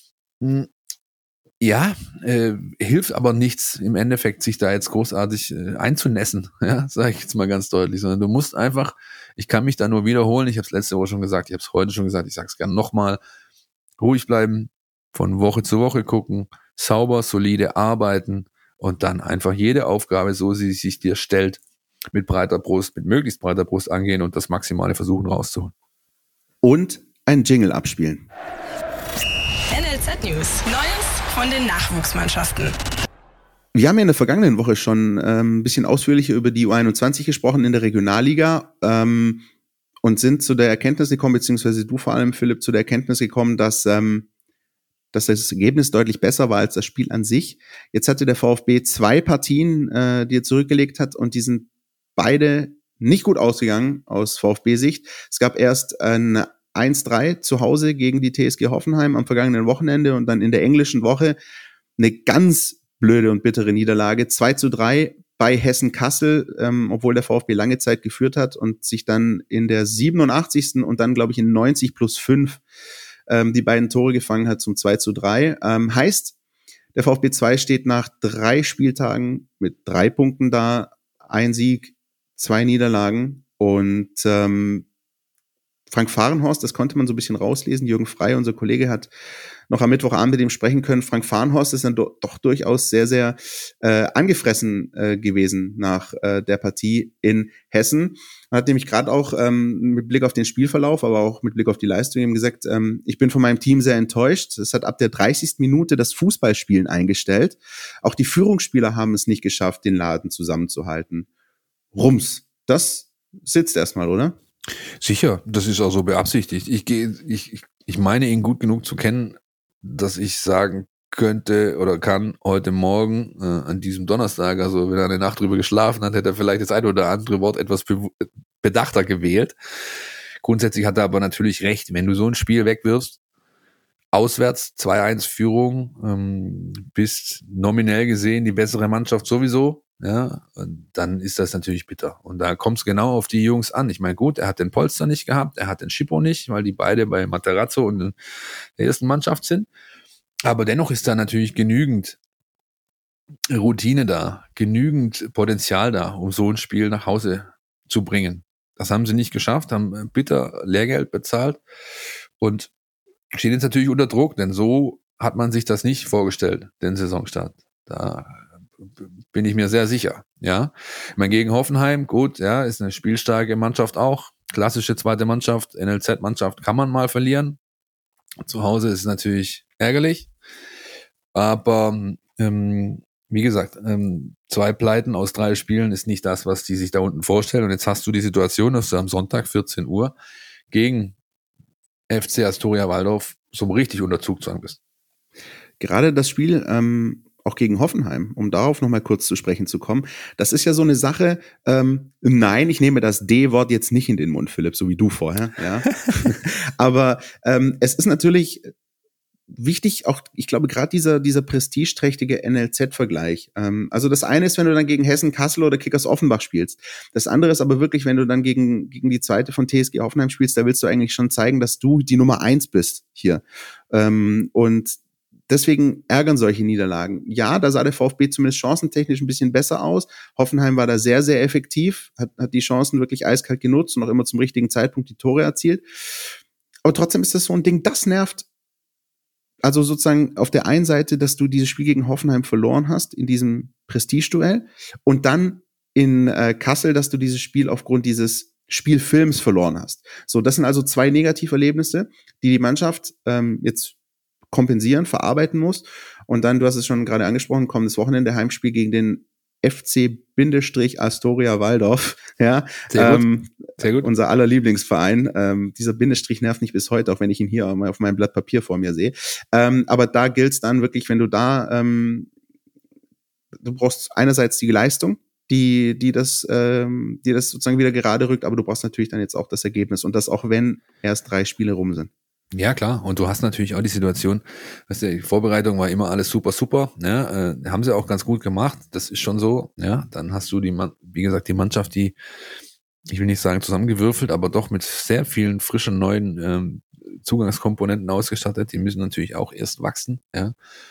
[SPEAKER 3] Ja, hilft aber nichts im Endeffekt, sich da jetzt großartig einzunässen, ja, sage ich jetzt mal ganz deutlich, sondern du musst einfach, ich kann mich da nur wiederholen, ich habe es letzte Woche schon gesagt, ich habe es heute schon gesagt, ich sage es gerne nochmal, ruhig bleiben, von Woche zu Woche gucken, sauber, solide arbeiten und dann einfach jede Aufgabe, so sie sich dir stellt, mit möglichst breiter Brust angehen und das Maximale versuchen rauszuholen.
[SPEAKER 2] Und ein Jingle abspielen.
[SPEAKER 1] NLZ News. Neues von den Nachwuchsmannschaften.
[SPEAKER 2] Wir haben ja in der vergangenen Woche schon ein bisschen ausführlicher über die U21 gesprochen in der Regionalliga und sind zu der Erkenntnis gekommen, beziehungsweise du vor allem, Philipp, zu der Erkenntnis gekommen, dass das Ergebnis deutlich besser war als das Spiel an sich. Jetzt hatte der VfB 2 Partien, die er zurückgelegt hat, und die sind beide nicht gut ausgegangen aus VfB-Sicht. Es gab erst ein 1-3 zu Hause gegen die TSG Hoffenheim am vergangenen Wochenende und dann in der englischen Woche eine ganz blöde und bittere Niederlage, 2-3 bei Hessen-Kassel, obwohl der VfB lange Zeit geführt hat und sich dann in der 87. und dann, glaube ich, in 90+5 die beiden Tore gefangen hat zum 2-3. Heißt, der VfB 2 steht nach 3 Spieltagen mit 3 Punkten da, 1 Sieg, 2 Niederlagen und von Frank Fahrenhorst, das konnte man so ein bisschen rauslesen. Jürgen Frey, unser Kollege, hat noch am Mittwochabend mit ihm sprechen können. Frank Fahrenhorst ist dann doch durchaus sehr, sehr angefressen gewesen nach der Partie in Hessen. Er hat nämlich gerade auch mit Blick auf den Spielverlauf, aber auch mit Blick auf die Leistung eben gesagt, ich bin von meinem Team sehr enttäuscht. Es hat ab der 30. Minute das Fußballspielen eingestellt. Auch die Führungsspieler haben es nicht geschafft, den Laden zusammenzuhalten. Rums. Das sitzt erstmal, oder?
[SPEAKER 3] Sicher, das ist auch so beabsichtigt. Ich meine ihn gut genug zu kennen, dass ich sagen könnte oder kann heute Morgen an diesem Donnerstag, also wenn er eine Nacht drüber geschlafen hat, hätte er vielleicht das eine oder andere Wort etwas bedachter gewählt. Grundsätzlich hat er aber natürlich recht, wenn du so ein Spiel wegwirfst, auswärts 2-1 Führung, bist nominell gesehen die bessere Mannschaft sowieso, ja, und dann ist das natürlich bitter. Und da kommt es genau auf die Jungs an. Ich meine, gut, er hat den Polster nicht gehabt, er hat den Schippo nicht, weil die beide bei Materazzo und der ersten Mannschaft sind. Aber dennoch ist da natürlich genügend Routine da, genügend Potenzial da, um so ein Spiel nach Hause zu bringen. Das haben sie nicht geschafft, haben bitter Lehrgeld bezahlt und stehen jetzt natürlich unter Druck, denn so hat man sich das nicht vorgestellt, den Saisonstart. Da bin ich mir sehr sicher, ja. Ich meine, gegen Hoffenheim, gut, ja, ist eine spielstarke Mannschaft auch, klassische zweite Mannschaft, NLZ-Mannschaft kann man mal verlieren. Zu Hause ist es natürlich ärgerlich, aber wie gesagt, 2 Pleiten aus 3 Spielen ist nicht das, was die sich da unten vorstellen. Und jetzt hast du die Situation, dass du am Sonntag 14 Uhr gegen FC Astoria Waldorf so richtig unter Zugzwang bist.
[SPEAKER 2] Gerade das Spiel auch gegen Hoffenheim, um darauf nochmal kurz zu sprechen zu kommen, das ist ja so eine Sache, nein, ich nehme das D-Wort jetzt nicht in den Mund, Philipp, so wie du vorher, ja. Aber es ist natürlich wichtig, auch, ich glaube, gerade dieser prestigeträchtige NLZ-Vergleich. Also das eine ist, wenn du dann gegen Hessen, Kassel oder Kickers Offenbach spielst. Das andere ist aber wirklich, wenn du dann gegen die zweite von TSG Hoffenheim spielst, da willst du eigentlich schon zeigen, dass du die Nummer 1 bist hier. Und deswegen ärgern solche Niederlagen. Ja, da sah der VfB zumindest chancentechnisch ein bisschen besser aus. Hoffenheim war da sehr, sehr effektiv, hat die Chancen wirklich eiskalt genutzt und auch immer zum richtigen Zeitpunkt die Tore erzielt. Aber trotzdem ist das so ein Ding, das nervt. Also sozusagen auf der einen Seite, dass du dieses Spiel gegen Hoffenheim verloren hast in diesem Prestigeduell und dann in Kassel, dass du dieses Spiel aufgrund dieses Spielfilms verloren hast. So, das sind also 2 Negativerlebnisse, die Mannschaft jetzt kompensieren, verarbeiten muss. Und dann, du hast es schon gerade angesprochen, kommendes Wochenende Heimspiel gegen den FC-Astoria Waldorf, ja,
[SPEAKER 3] Sehr gut.
[SPEAKER 2] Unser aller Lieblingsverein. Dieser Bindestrich nervt mich bis heute, auch wenn ich ihn hier mal auf meinem Blatt Papier vor mir sehe. Aber da gilt es dann wirklich, wenn du da, du brauchst einerseits die Leistung, die das sozusagen wieder gerade rückt, aber du brauchst natürlich dann jetzt auch das Ergebnis und das auch, wenn erst 3 Spiele rum sind.
[SPEAKER 3] Ja, klar. Und du hast natürlich auch die Situation, weißt du, die Vorbereitung war immer alles super, ja, haben sie auch ganz gut gemacht. Das ist schon so, ja. Dann hast du wie gesagt, die Mannschaft, die, ich will nicht sagen zusammengewürfelt, aber doch mit sehr vielen frischen neuen Zugangskomponenten ausgestattet. Die müssen natürlich auch erst wachsen, ja.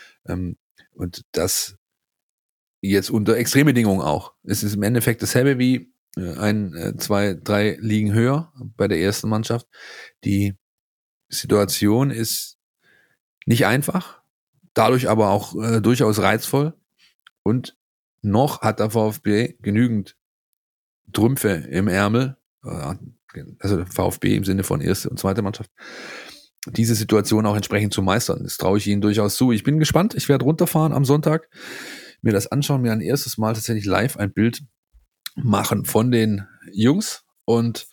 [SPEAKER 3] Und das jetzt unter Extrembedingungen auch. Es ist im Endeffekt dasselbe wie 1, 2, 3 Ligen höher bei der ersten Mannschaft. Die Situation ist nicht einfach, dadurch aber auch durchaus reizvoll und noch hat der VfB genügend Trümpfe im Ärmel, also der VfB im Sinne von erste und zweite Mannschaft, diese Situation auch entsprechend zu meistern. Das traue ich ihnen durchaus zu. Ich bin gespannt, ich werde runterfahren am Sonntag, mir das anschauen, mir ein erstes Mal tatsächlich live ein Bild machen von den Jungs und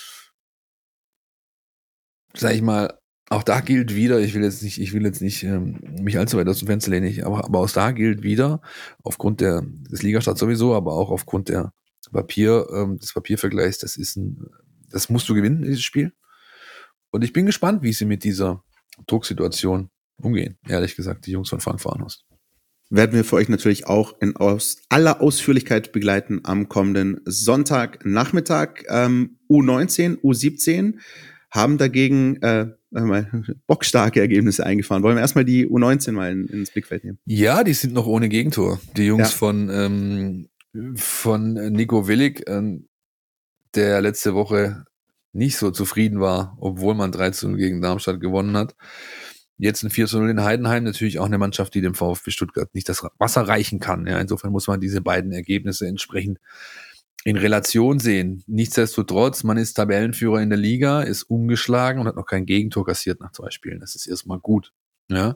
[SPEAKER 3] sag ich mal, auch da gilt wieder, ich will jetzt nicht mich allzu weit aus dem Fenster lehnen, aber auch da gilt wieder, aufgrund des Ligastarts sowieso, aber auch aufgrund des Papiervergleichs, das musst du gewinnen, dieses Spiel. Und ich bin gespannt, wie sie mit dieser Drucksituation umgehen, ehrlich gesagt, die Jungs von Frank Fahrenhorst.
[SPEAKER 2] Werden wir für euch natürlich auch in aller Ausführlichkeit begleiten am kommenden Sonntagnachmittag. U19, U17 haben dagegen bockstarke Ergebnisse eingefahren. Wollen wir erstmal die U19 mal ins Blickfeld nehmen?
[SPEAKER 3] Ja, die sind noch ohne Gegentor. Die Jungs von Nico Willig, der letzte Woche nicht so zufrieden war, obwohl man 3-0 gegen Darmstadt gewonnen hat. Jetzt ein 4-0 in Heidenheim, natürlich auch eine Mannschaft, die dem VfB Stuttgart nicht das Wasser reichen kann. Ja, insofern muss man diese beiden Ergebnisse entsprechend in Relation sehen. Nichtsdestotrotz, man ist Tabellenführer in der Liga, ist ungeschlagen und hat noch kein Gegentor kassiert nach 2 Spielen. Das ist erstmal gut. Ja.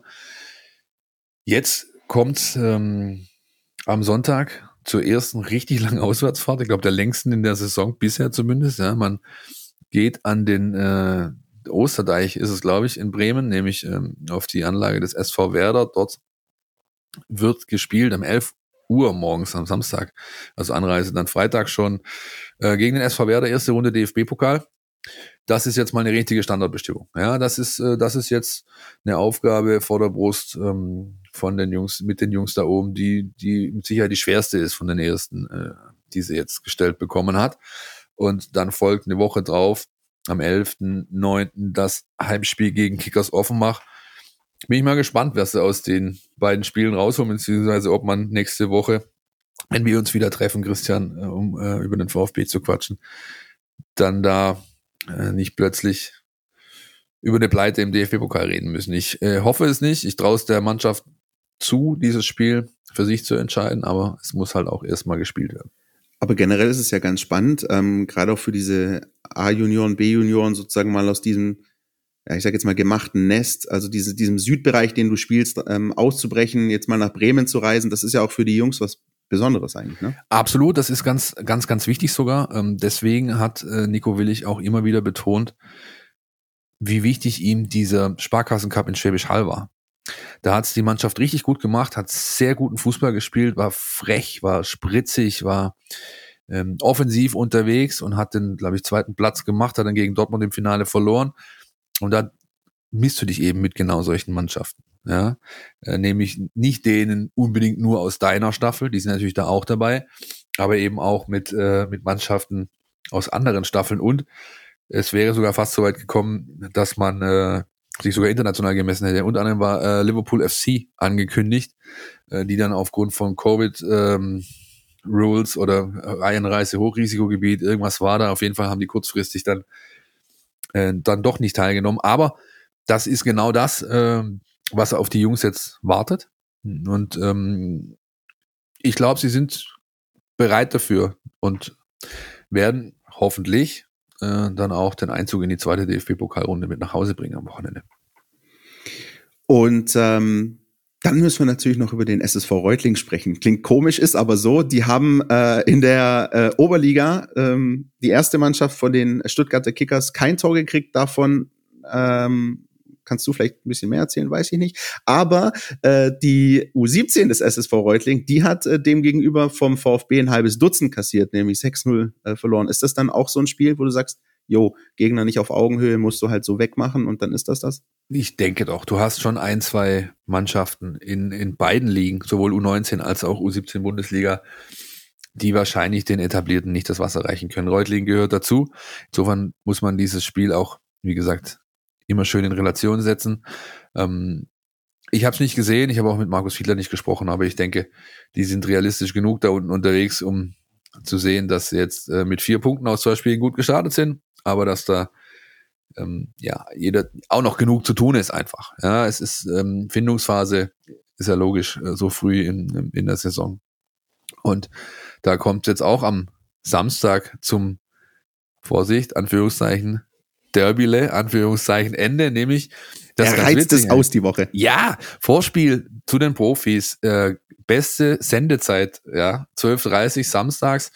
[SPEAKER 3] Jetzt kommt am Sonntag zur ersten richtig langen Auswärtsfahrt. Ich glaube, der längsten in der Saison bisher zumindest. Ja. Man geht an den Osterdeich, ist es, glaube ich, in Bremen, nämlich auf die Anlage des SV Werder. Dort wird gespielt am 11 Uhr morgens am Samstag, also Anreise dann Freitag schon, gegen den SV Werder, erste Runde DFB-Pokal. Das ist jetzt mal eine richtige Standardbestimmung. Ja, das ist jetzt eine Aufgabe vor der Brust von den Jungs, mit den Jungs da oben, die mit Sicherheit die schwerste ist von den ersten, die sie jetzt gestellt bekommen hat. Und dann folgt eine Woche drauf, am 11.9. das Heimspiel gegen Kickers Offenbach. Bin ich mal gespannt, was sie aus den beiden Spielen rausholen, beziehungsweise ob man nächste Woche, wenn wir uns wieder treffen, Christian, um über den VfB zu quatschen, dann da nicht plötzlich über eine Pleite im DFB-Pokal reden müssen. Ich hoffe es nicht. Ich traue es der Mannschaft zu, dieses Spiel für sich zu entscheiden, aber es muss halt auch erstmal gespielt werden.
[SPEAKER 2] Aber generell ist es ja ganz spannend, gerade auch für diese A-Junioren, B-Junioren sozusagen mal aus diesem, ja, ich sag jetzt mal gemachten Nest, also diesem Südbereich, den du spielst, auszubrechen, jetzt mal nach Bremen zu reisen, das ist ja auch für die Jungs was Besonderes eigentlich, ne?
[SPEAKER 3] Absolut, das ist ganz, ganz, ganz wichtig sogar. Deswegen hat Nico Willig auch immer wieder betont, wie wichtig ihm dieser Sparkassencup in Schwäbisch Hall war. Da hat es die Mannschaft richtig gut gemacht, hat sehr guten Fußball gespielt, war frech, war spritzig, war offensiv unterwegs und hat den, glaube ich, 2. Platz gemacht, hat dann gegen Dortmund im Finale verloren. Und da misst du dich eben mit genau solchen Mannschaften. Ja, nämlich nicht denen unbedingt nur aus deiner Staffel, die sind natürlich da auch dabei, aber eben auch mit Mannschaften aus anderen Staffeln, und es wäre sogar fast so weit gekommen, dass man sich sogar international gemessen hätte. Unter anderem war Liverpool FC angekündigt, die dann aufgrund von Covid Rules oder Einreise Hochrisikogebiet, irgendwas war da, auf jeden Fall haben die kurzfristig dann doch nicht teilgenommen, aber das ist genau das, was auf die Jungs jetzt wartet. Und ich glaube, sie sind bereit dafür und werden hoffentlich dann auch den Einzug in die 2. DFB-Pokalrunde mit nach Hause bringen am Wochenende.
[SPEAKER 2] Und dann müssen wir natürlich noch über den SSV Reutlingen sprechen. Klingt komisch, ist aber so. Die haben in der Oberliga die erste Mannschaft von den Stuttgarter Kickers kein Tor gekriegt. Davon kannst du vielleicht ein bisschen mehr erzählen, weiß ich nicht. Aber die U17 des SSV Reutlingen, die hat demgegenüber vom VfB ein halbes Dutzend kassiert, nämlich 6-0 verloren. Ist das dann auch so ein Spiel, wo du sagst, Gegner nicht auf Augenhöhe, musst du halt so wegmachen und dann ist das?
[SPEAKER 3] Ich denke doch, du hast schon 1-2 Mannschaften in beiden Ligen, sowohl U19 als auch U17 Bundesliga, die wahrscheinlich den Etablierten nicht das Wasser reichen können. Reutlingen gehört dazu. Insofern muss man dieses Spiel auch, wie gesagt, immer schön in Relation setzen. Ich habe es nicht gesehen, ich habe auch mit Markus Fiedler nicht gesprochen, aber ich denke, die sind realistisch genug da unten unterwegs, um zu sehen, dass sie jetzt mit 4 Punkten aus 2 Spielen gut gestartet sind, aber dass da jeder auch noch genug zu tun ist einfach. Ja, es ist Findungsphase, ist ja logisch, so früh in der Saison. Und da kommt jetzt auch am Samstag zum Vorsicht, Anführungszeichen, Derbyle, Anführungszeichen, Ende, nämlich das
[SPEAKER 2] reizt es aus die Woche.
[SPEAKER 3] Ja, Vorspiel zu den Profis, beste Sendezeit, 12:30 samstags.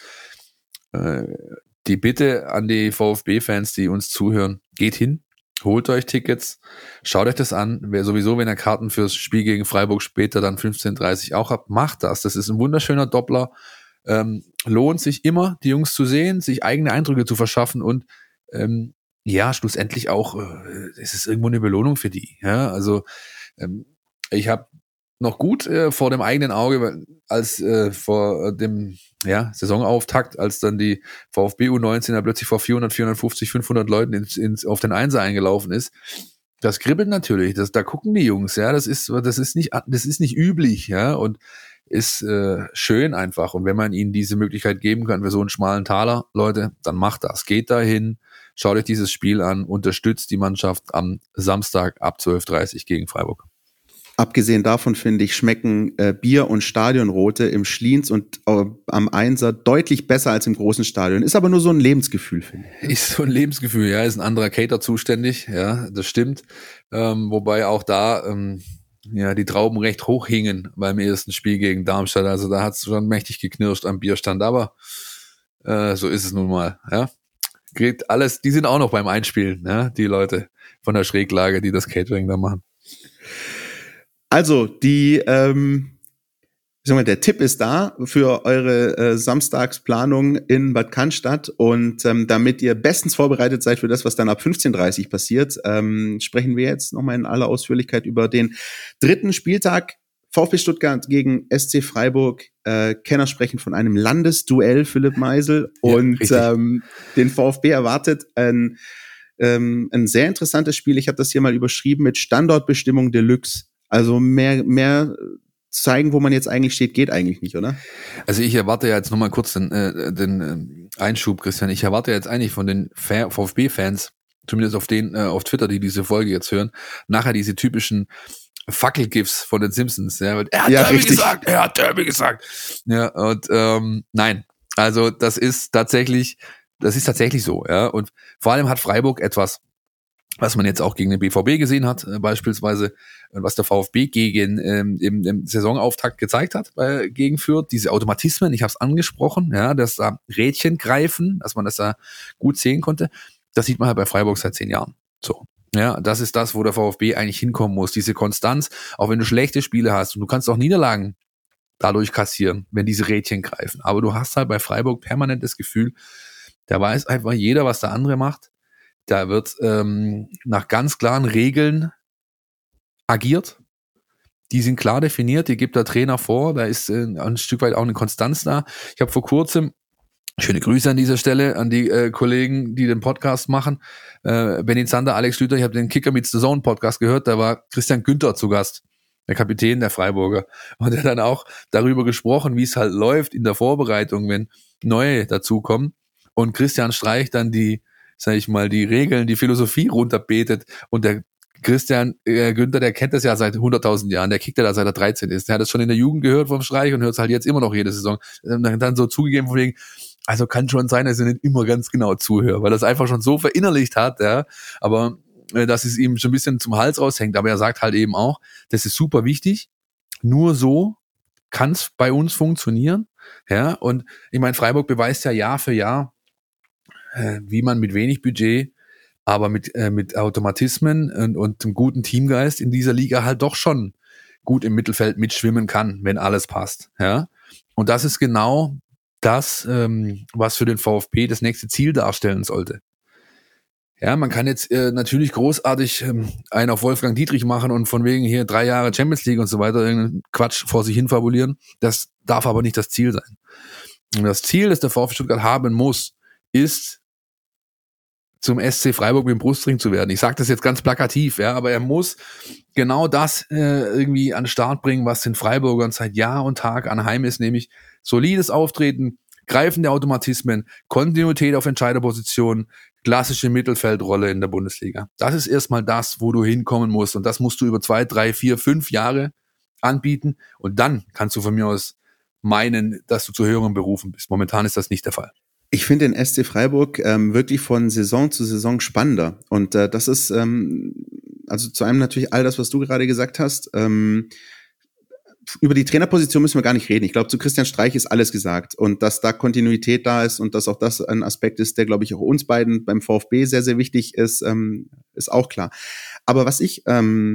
[SPEAKER 3] Die Bitte an die VfB-Fans, die uns zuhören, geht hin, holt euch Tickets, schaut euch das an. Wenn ihr Karten fürs Spiel gegen Freiburg später dann 15:30 auch habt, macht das. Das ist ein wunderschöner Doppler. Lohnt sich immer, die Jungs zu sehen, sich eigene Eindrücke zu verschaffen und schlussendlich auch, es ist irgendwo eine Belohnung für die. Ja, also ich habe noch gut vor dem eigenen Auge, als vor dem Saisonauftakt, als dann die VfB U19 plötzlich vor 400, 450, 500 Leuten auf den Einser eingelaufen ist. Das kribbelt natürlich, da gucken die Jungs, ja, das ist nicht üblich, ja, und ist schön einfach. Und wenn man ihnen diese Möglichkeit geben kann für so einen schmalen Taler, Leute, dann macht das. Geht dahin, schaut euch dieses Spiel an, unterstützt die Mannschaft am Samstag ab 12:30 Uhr gegen Freiburg.
[SPEAKER 2] Abgesehen davon, finde ich, schmecken Bier- und Stadionrote im Schliens und am Einser deutlich besser als im großen Stadion. Ist aber nur so ein Lebensgefühl, finde ich.
[SPEAKER 3] Ist so ein Lebensgefühl, ja. Ist ein anderer Cater zuständig, ja, das stimmt. Wobei auch da die Trauben recht hoch hingen beim ersten Spiel gegen Darmstadt. Also da hat es schon mächtig geknirscht am Bierstand. Aber so ist es nun mal, ja. Geht alles, die sind auch noch beim Einspielen, ja, die Leute von der Schräglage, die das Catering da machen.
[SPEAKER 2] Also, der Tipp ist da für eure Samstagsplanung in Bad Cannstatt und damit ihr bestens vorbereitet seid für das, was dann ab 15:30 Uhr passiert, sprechen wir jetzt nochmal in aller Ausführlichkeit über den 3. Spieltag VfB Stuttgart gegen SC Freiburg. Kenner sprechen von einem Landesduell, Philipp Meisel, und den VfB erwartet ein sehr interessantes Spiel. Ich habe das hier mal überschrieben mit Standortbestimmung Deluxe. Also mehr zeigen, wo man jetzt eigentlich steht, geht eigentlich nicht, oder?
[SPEAKER 3] Also ich erwarte ja jetzt nochmal kurz den Einschub, Christian. Ich erwarte jetzt eigentlich von den VfB-Fans, zumindest auf Twitter, die diese Folge jetzt hören, nachher diese typischen Fackelgifts von den Simpsons. Ja, er hat Derby gesagt. Ja, und nein, also das ist tatsächlich so, ja. Und vor allem hat Freiburg etwas, was man jetzt auch gegen den BVB gesehen hat, beispielsweise, was der VfB gegen im Saisonauftakt gezeigt hat gegen Fürth, diese Automatismen, ich habe es angesprochen, ja, dass da Rädchen greifen, dass man das da gut sehen konnte, das sieht man halt bei Freiburg seit 10 Jahren. So. Ja, das ist das, wo der VfB eigentlich hinkommen muss, diese Konstanz, auch wenn du schlechte Spiele hast und du kannst auch Niederlagen dadurch kassieren, wenn diese Rädchen greifen. Aber du hast halt bei Freiburg permanent das Gefühl, da weiß einfach jeder, was der andere macht. Da wird nach ganz klaren Regeln agiert. Die sind klar definiert, die gibt der Trainer vor. Da ist ein Stück weit auch eine Konstanz da. Ich habe vor kurzem, schöne Grüße an dieser Stelle an die Kollegen, die den Podcast machen, Benny Zander, Alex Schlüter, ich habe den Kicker Meets the Zone Podcast gehört, da war Christian Günther zu Gast, der Kapitän der Freiburger. Und er hat dann auch darüber gesprochen, wie es halt läuft in der Vorbereitung, wenn Neue dazukommen. Und Christian Streich dann die Regeln, die Philosophie runterbetet. Und der Christian Günther, der kennt das ja seit 100.000 Jahren, der kickt ja da seit er 13 ist. Der hat das schon in der Jugend gehört vom Streich und hört es halt jetzt immer noch jede Saison. Dann so zugegeben von wegen, also kann schon sein, dass er nicht immer ganz genau zuhört, weil er es einfach schon so verinnerlicht hat, ja. Aber dass es ihm schon ein bisschen zum Hals raushängt. Aber er sagt halt eben auch, das ist super wichtig. Nur so kann es bei uns funktionieren. Ja, und ich meine, Freiburg beweist ja Jahr für Jahr, wie man mit wenig Budget, aber mit Automatismen und einem guten Teamgeist in dieser Liga halt doch schon gut im Mittelfeld mitschwimmen kann, wenn alles passt. Ja, und das ist genau das, was für den VfB das nächste Ziel darstellen sollte. Ja, man kann jetzt natürlich großartig einen auf Wolfgang Dietrich machen und von wegen hier 3 Jahre Champions League und so weiter irgendeinen Quatsch vor sich hin fabulieren. Das darf aber nicht das Ziel sein. Und das Ziel, das der VfB Stuttgart haben muss, ist, zum SC Freiburg mit dem Brustring zu werden. Ich sage das jetzt ganz plakativ, ja, aber er muss genau das irgendwie an den Start bringen, was den Freiburgern seit Jahr und Tag anheim ist, nämlich solides Auftreten, greifende Automatismen, Kontinuität auf Entscheiderpositionen, klassische Mittelfeldrolle in der Bundesliga. Das ist erstmal das, wo du hinkommen musst, und das musst du über 2, 3, 4, 5 Jahre anbieten, und dann kannst du von mir aus meinen, dass du zu höheren Berufen bist. Momentan ist das nicht der Fall.
[SPEAKER 2] Ich finde den SC Freiburg wirklich von Saison zu Saison spannender. Und das ist also zu einem natürlich all das, was du gerade gesagt hast. Über die Trainerposition müssen wir gar nicht reden. Ich glaube, zu Christian Streich ist alles gesagt. Und dass da Kontinuität da ist und dass auch das ein Aspekt ist, der, glaube ich, auch uns beiden beim VfB sehr, sehr wichtig ist, ist auch klar. Aber was ich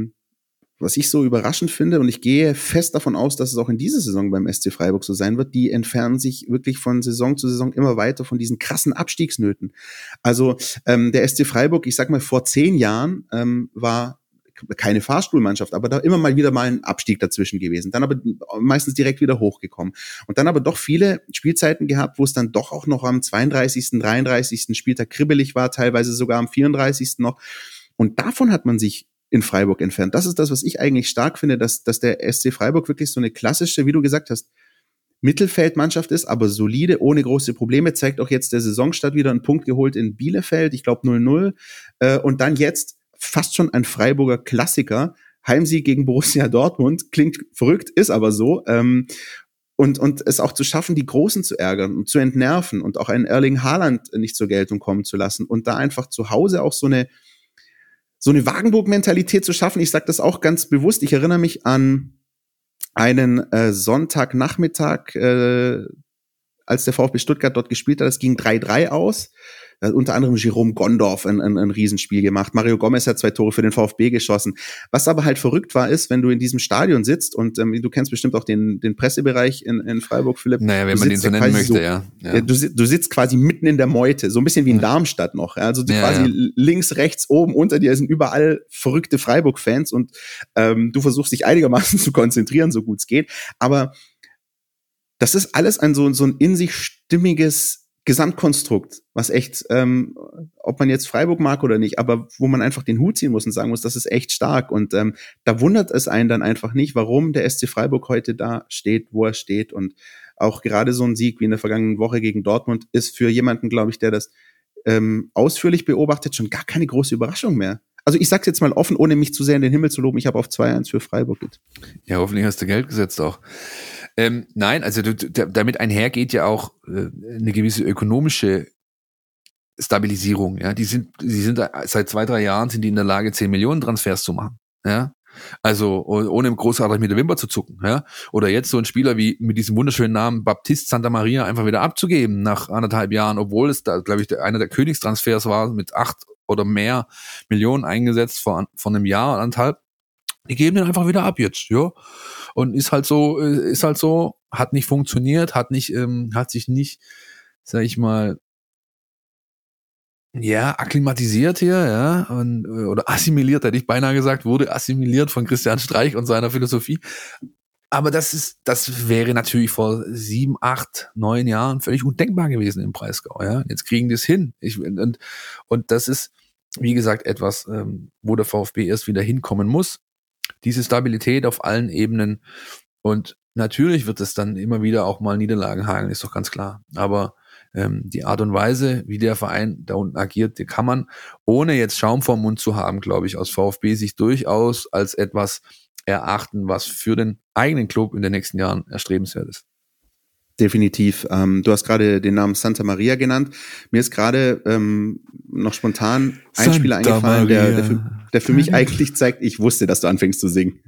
[SPEAKER 2] so überraschend finde, und ich gehe fest davon aus, dass es auch in dieser Saison beim SC Freiburg so sein wird, die entfernen sich wirklich von Saison zu Saison immer weiter von diesen krassen Abstiegsnöten. Also der SC Freiburg, ich sag mal, vor 10 Jahren war keine Fahrstuhlmannschaft, aber da immer mal wieder mal ein Abstieg dazwischen gewesen. Dann aber meistens direkt wieder hochgekommen. Und dann aber doch viele Spielzeiten gehabt, wo es dann doch auch noch am 32., 33. Spieltag kribbelig war, teilweise sogar am 34. noch. Und davon hat man sich in Freiburg entfernt. Das ist das, was ich eigentlich stark finde, dass der SC Freiburg wirklich so eine klassische, wie du gesagt hast, Mittelfeldmannschaft ist, aber solide, ohne große Probleme. Zeigt auch jetzt der Saisonstart wieder einen Punkt geholt in Bielefeld, ich glaube 0-0. Und dann jetzt fast schon ein Freiburger Klassiker. Heimsieg gegen Borussia Dortmund. Klingt verrückt, ist aber so. Und es auch zu schaffen, die Großen zu ärgern und zu entnerven und auch einen Erling Haaland nicht zur Geltung kommen zu lassen und da einfach zu Hause auch so eine Wagenburg-Mentalität zu schaffen. Ich sage das auch ganz bewusst. Ich erinnere mich an einen Sonntagnachmittag, als der VfB Stuttgart dort gespielt hat. Es ging 3-3 aus. Unter anderem Jerome Gondorf ein Riesenspiel gemacht. Mario Gomez hat 2 Tore für den VfB geschossen. Was aber halt verrückt war, ist, wenn du in diesem Stadion sitzt und du kennst bestimmt auch den Pressebereich in Freiburg, Philipp.
[SPEAKER 3] Naja, wenn man den so nennen möchte, so, ja.
[SPEAKER 2] Du sitzt quasi mitten in der Meute, so ein bisschen wie in Darmstadt noch. Also quasi links, rechts, oben, unter dir sind überall verrückte Freiburg-Fans und du versuchst dich einigermaßen zu konzentrieren, so gut es geht. Aber das ist alles so ein in sich stimmiges Gesamtkonstrukt, was echt, ob man jetzt Freiburg mag oder nicht, aber wo man einfach den Hut ziehen muss und sagen muss, das ist echt stark. Und da wundert es einen dann einfach nicht, warum der SC Freiburg heute da steht, wo er steht. Und auch gerade so ein Sieg wie in der vergangenen Woche gegen Dortmund ist für jemanden, glaube ich, der das ausführlich beobachtet, schon gar keine große Überraschung mehr. Also ich sag's jetzt mal offen, ohne mich zu sehr in den Himmel zu loben, ich habe auf 2-1 für Freiburg getippt.
[SPEAKER 3] Ja, hoffentlich hast du Geld gesetzt auch. Nein, also damit einhergeht ja auch eine gewisse ökonomische Stabilisierung. Ja, die sind seit 2-3 Jahren sind die in der Lage, 10 Millionen Transfers zu machen. Ja, also ohne großartig mit der Wimper zu zucken. Ja, oder jetzt so ein Spieler wie mit diesem wunderschönen Namen Baptiste Santa Maria einfach wieder abzugeben nach 1,5 Jahren, obwohl es da, glaube ich, einer der Königstransfers war mit 8 oder mehr Millionen eingesetzt vor einem Jahr, 1,5. Die geben den einfach wieder ab jetzt, ja. Und ist halt so, hat nicht funktioniert, hat sich nicht, sag ich mal, ja, akklimatisiert hier, ja, oder assimiliert, hätte ich beinahe gesagt, wurde assimiliert von Christian Streich und seiner Philosophie. Aber das wäre natürlich vor 7, 8, 9 Jahren völlig undenkbar gewesen im Breisgau, ja. Jetzt kriegen die es hin. Und das ist, wie gesagt, etwas, wo der VfB erst wieder hinkommen muss. Diese Stabilität auf allen Ebenen. Und natürlich wird es dann immer wieder auch mal Niederlagen hageln, ist doch ganz klar. Aber die Art und Weise, wie der Verein da unten agiert, die kann man, ohne jetzt Schaum vorm Mund zu haben, glaube ich, aus VfB sich durchaus als etwas erachten, was für den eigenen Club in den nächsten Jahren erstrebenswert ist.
[SPEAKER 2] Definitiv. Du hast gerade den Namen Santa Maria genannt. Mir ist gerade noch spontan ein Spieler eingefallen, der für mich eigentlich zeigt, ich wusste, dass du anfängst zu singen.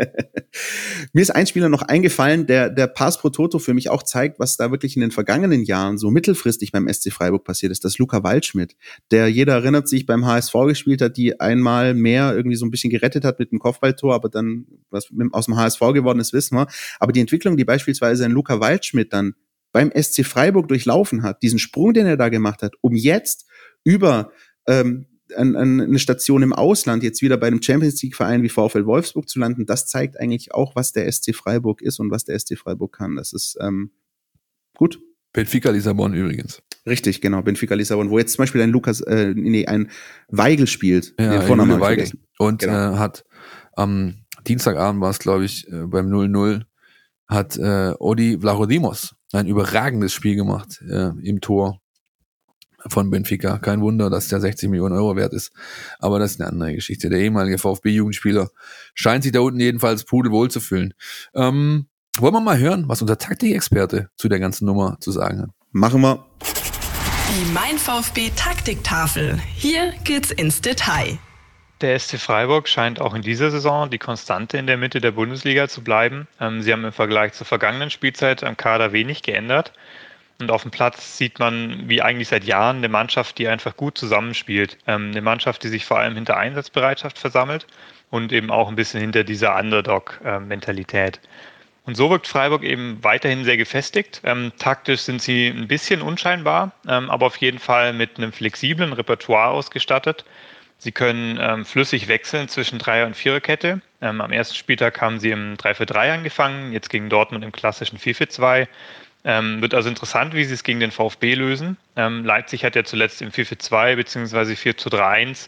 [SPEAKER 2] Mir ist ein Spieler noch eingefallen, der Pass pro Toto für mich auch zeigt, was da wirklich in den vergangenen Jahren so mittelfristig beim SC Freiburg passiert ist. Das ist Luca Waldschmidt, der, jeder erinnert sich, beim HSV gespielt hat, die einmal mehr irgendwie so ein bisschen gerettet hat mit dem Kopfballtor, aber dann, was aus dem HSV geworden ist, wissen wir. Aber die Entwicklung, die beispielsweise ein Luca Waldschmidt dann beim SC Freiburg durchlaufen hat, diesen Sprung, den er da gemacht hat, um jetzt über eine Station im Ausland, jetzt wieder bei einem Champions-League-Verein wie VfL Wolfsburg zu landen, das zeigt eigentlich auch, was der SC Freiburg ist und was der SC Freiburg kann. Das ist gut.
[SPEAKER 3] Benfica Lissabon übrigens.
[SPEAKER 2] Richtig, genau, Benfica Lissabon, wo jetzt zum Beispiel ein Weigl spielt.
[SPEAKER 3] Ja, den Vornamen Weigl. Und genau. Hat am Dienstagabend war es, glaube ich, beim 0-0 hat Odi Vlachodimos ein überragendes Spiel gemacht im Tor von Benfica. Kein Wunder, dass der 60 Millionen Euro wert ist. Aber das ist eine andere Geschichte. Der ehemalige VfB-Jugendspieler scheint sich da unten jedenfalls pudelwohl zu fühlen. Wollen wir mal hören, was unser Taktikexperte zu der ganzen Nummer zu sagen hat?
[SPEAKER 2] Machen wir.
[SPEAKER 1] Die Mein VfB Taktiktafel. Hier geht's ins Detail.
[SPEAKER 5] Der SC Freiburg scheint auch in dieser Saison die Konstante in der Mitte der Bundesliga zu bleiben. Sie haben im Vergleich zur vergangenen Spielzeit am Kader wenig geändert. Und auf dem Platz sieht man, wie eigentlich seit Jahren, eine Mannschaft, die einfach gut zusammenspielt. Eine Mannschaft, die sich vor allem hinter Einsatzbereitschaft versammelt und eben auch ein bisschen hinter dieser Underdog-Mentalität. Und so wirkt Freiburg eben weiterhin sehr gefestigt. Taktisch sind sie ein bisschen unscheinbar, aber auf jeden Fall mit einem flexiblen Repertoire ausgestattet. Sie können flüssig wechseln zwischen Dreier- und Viererkette. Am ersten Spieltag haben sie im 3-4-3 angefangen, jetzt gegen Dortmund im klassischen 4-4-2. Wird also interessant, wie sie es gegen den VfB lösen. Leipzig hat ja zuletzt im 4-4-2 bzw. 4-2-3-1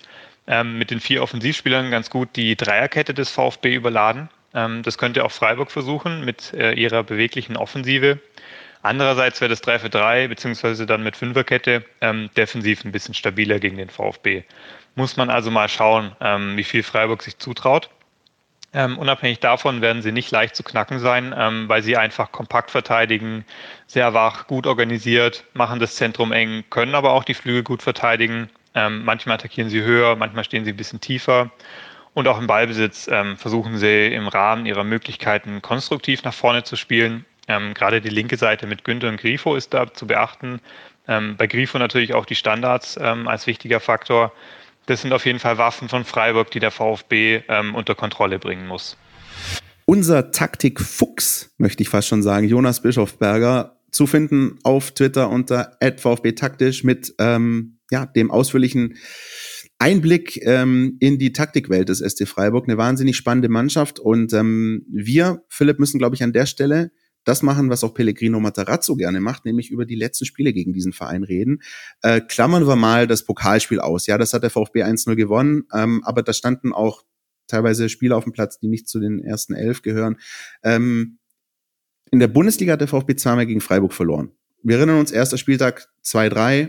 [SPEAKER 5] mit den 4 Offensivspielern ganz gut die Dreierkette des VfB überladen. Das könnte auch Freiburg versuchen mit ihrer beweglichen Offensive. Andererseits wäre das 3-4-3 beziehungsweise dann mit Fünferkette defensiv ein bisschen stabiler gegen den VfB. Muss man also mal schauen, wie viel Freiburg sich zutraut. Unabhängig davon werden sie nicht leicht zu knacken sein, weil sie einfach kompakt verteidigen, sehr wach, gut organisiert, machen das Zentrum eng, können aber auch die Flügel gut verteidigen. Manchmal attackieren sie höher, manchmal stehen sie ein bisschen tiefer. Und auch im Ballbesitz versuchen sie im Rahmen ihrer Möglichkeiten konstruktiv nach vorne zu spielen. Gerade die linke Seite mit Günther und Grifo ist da zu beachten. Bei Grifo natürlich auch die Standards als wichtiger Faktor. Das sind auf jeden Fall Waffen von Freiburg, die der VfB unter Kontrolle bringen muss.
[SPEAKER 2] Unser Taktikfuchs, möchte ich fast schon sagen, Jonas Bischofberger, zu finden auf Twitter unter @VfB-taktisch mit dem ausführlichen Einblick in die Taktikwelt des SC Freiburg. Eine wahnsinnig spannende Mannschaft. Und wir, Philipp, müssen, glaube ich, an der Stelle das machen, was auch Pellegrino Matarazzo gerne macht, nämlich über die letzten Spiele gegen diesen Verein reden. Klammern wir mal das Pokalspiel aus. Ja, das hat der VfB 1-0 gewonnen, aber da standen auch teilweise Spieler auf dem Platz, die nicht zu den ersten 11 gehören. In der Bundesliga hat der VfB zweimal gegen Freiburg verloren. Wir erinnern uns, erster Spieltag 2-3,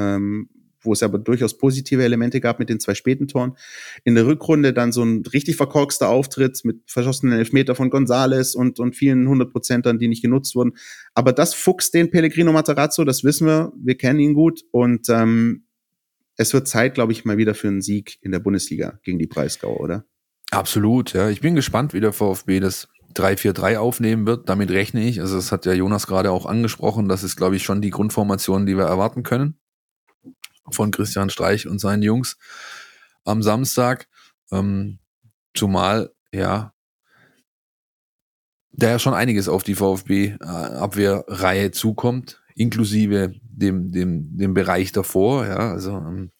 [SPEAKER 2] wo es aber durchaus positive Elemente gab mit den 2 späten Toren. In der Rückrunde dann so ein richtig verkorkster Auftritt mit verschossenen Elfmeter von González und vielen 100%ern, die nicht genutzt wurden. Aber das fuchst den Pellegrino Matarazzo, das wissen wir kennen ihn gut. Und es wird Zeit, glaube ich, mal wieder für einen Sieg in der Bundesliga gegen die Breisgau, oder?
[SPEAKER 3] Absolut, ja. Ich bin gespannt, wie der VfB das 3-4-3 aufnehmen wird. Damit rechne ich. Also das hat ja Jonas gerade auch angesprochen. Das ist, glaube ich, schon die Grundformation, die wir erwarten können von Christian Streich und seinen Jungs am Samstag. Zumal, ja, da ja schon einiges auf die VfB-Abwehrreihe zukommt, inklusive dem Bereich davor. Ja, also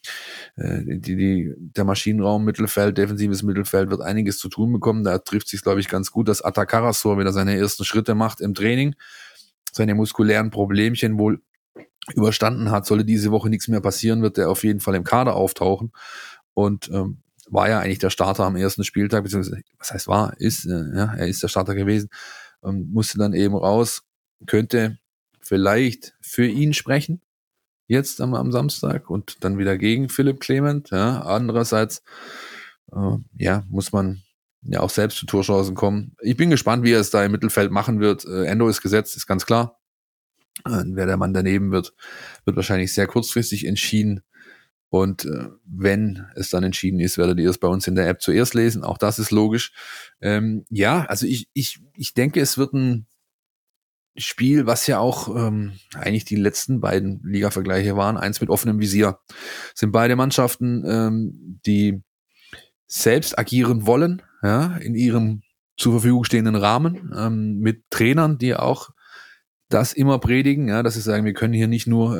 [SPEAKER 3] der Maschinenraum, Mittelfeld, defensives Mittelfeld wird einiges zu tun bekommen. Da trifft sich, glaube ich, ganz gut, dass Atta Karasor wieder seine ersten Schritte macht im Training, seine muskulären Problemchen wohl überstanden hat. Sollte diese Woche nichts mehr passieren, wird er auf jeden Fall im Kader auftauchen und war ja eigentlich der Starter am ersten Spieltag, beziehungsweise, was heißt war, ist, er ist der Starter gewesen, musste dann eben raus, könnte vielleicht für ihn sprechen, jetzt am Samstag und dann wieder gegen Philipp Clement. Ja. Andererseits muss man ja auch selbst zu Torchancen kommen. Ich bin gespannt, wie er es da im Mittelfeld machen wird. Endo ist gesetzt, ist ganz klar. Wer der Mann daneben wird wahrscheinlich sehr kurzfristig entschieden. Und wenn es dann entschieden ist, werdet ihr es bei uns in der App zuerst lesen. Auch das ist logisch. Also ich denke, es wird ein Spiel, was ja auch eigentlich die letzten beiden Liga-Vergleiche waren, eins mit offenem Visier. Sind beide Mannschaften, die selbst agieren wollen, ja, in ihrem zur Verfügung stehenden Rahmen, mit Trainern, die auch das immer predigen, ja, dass sie sagen, wir können hier nicht nur,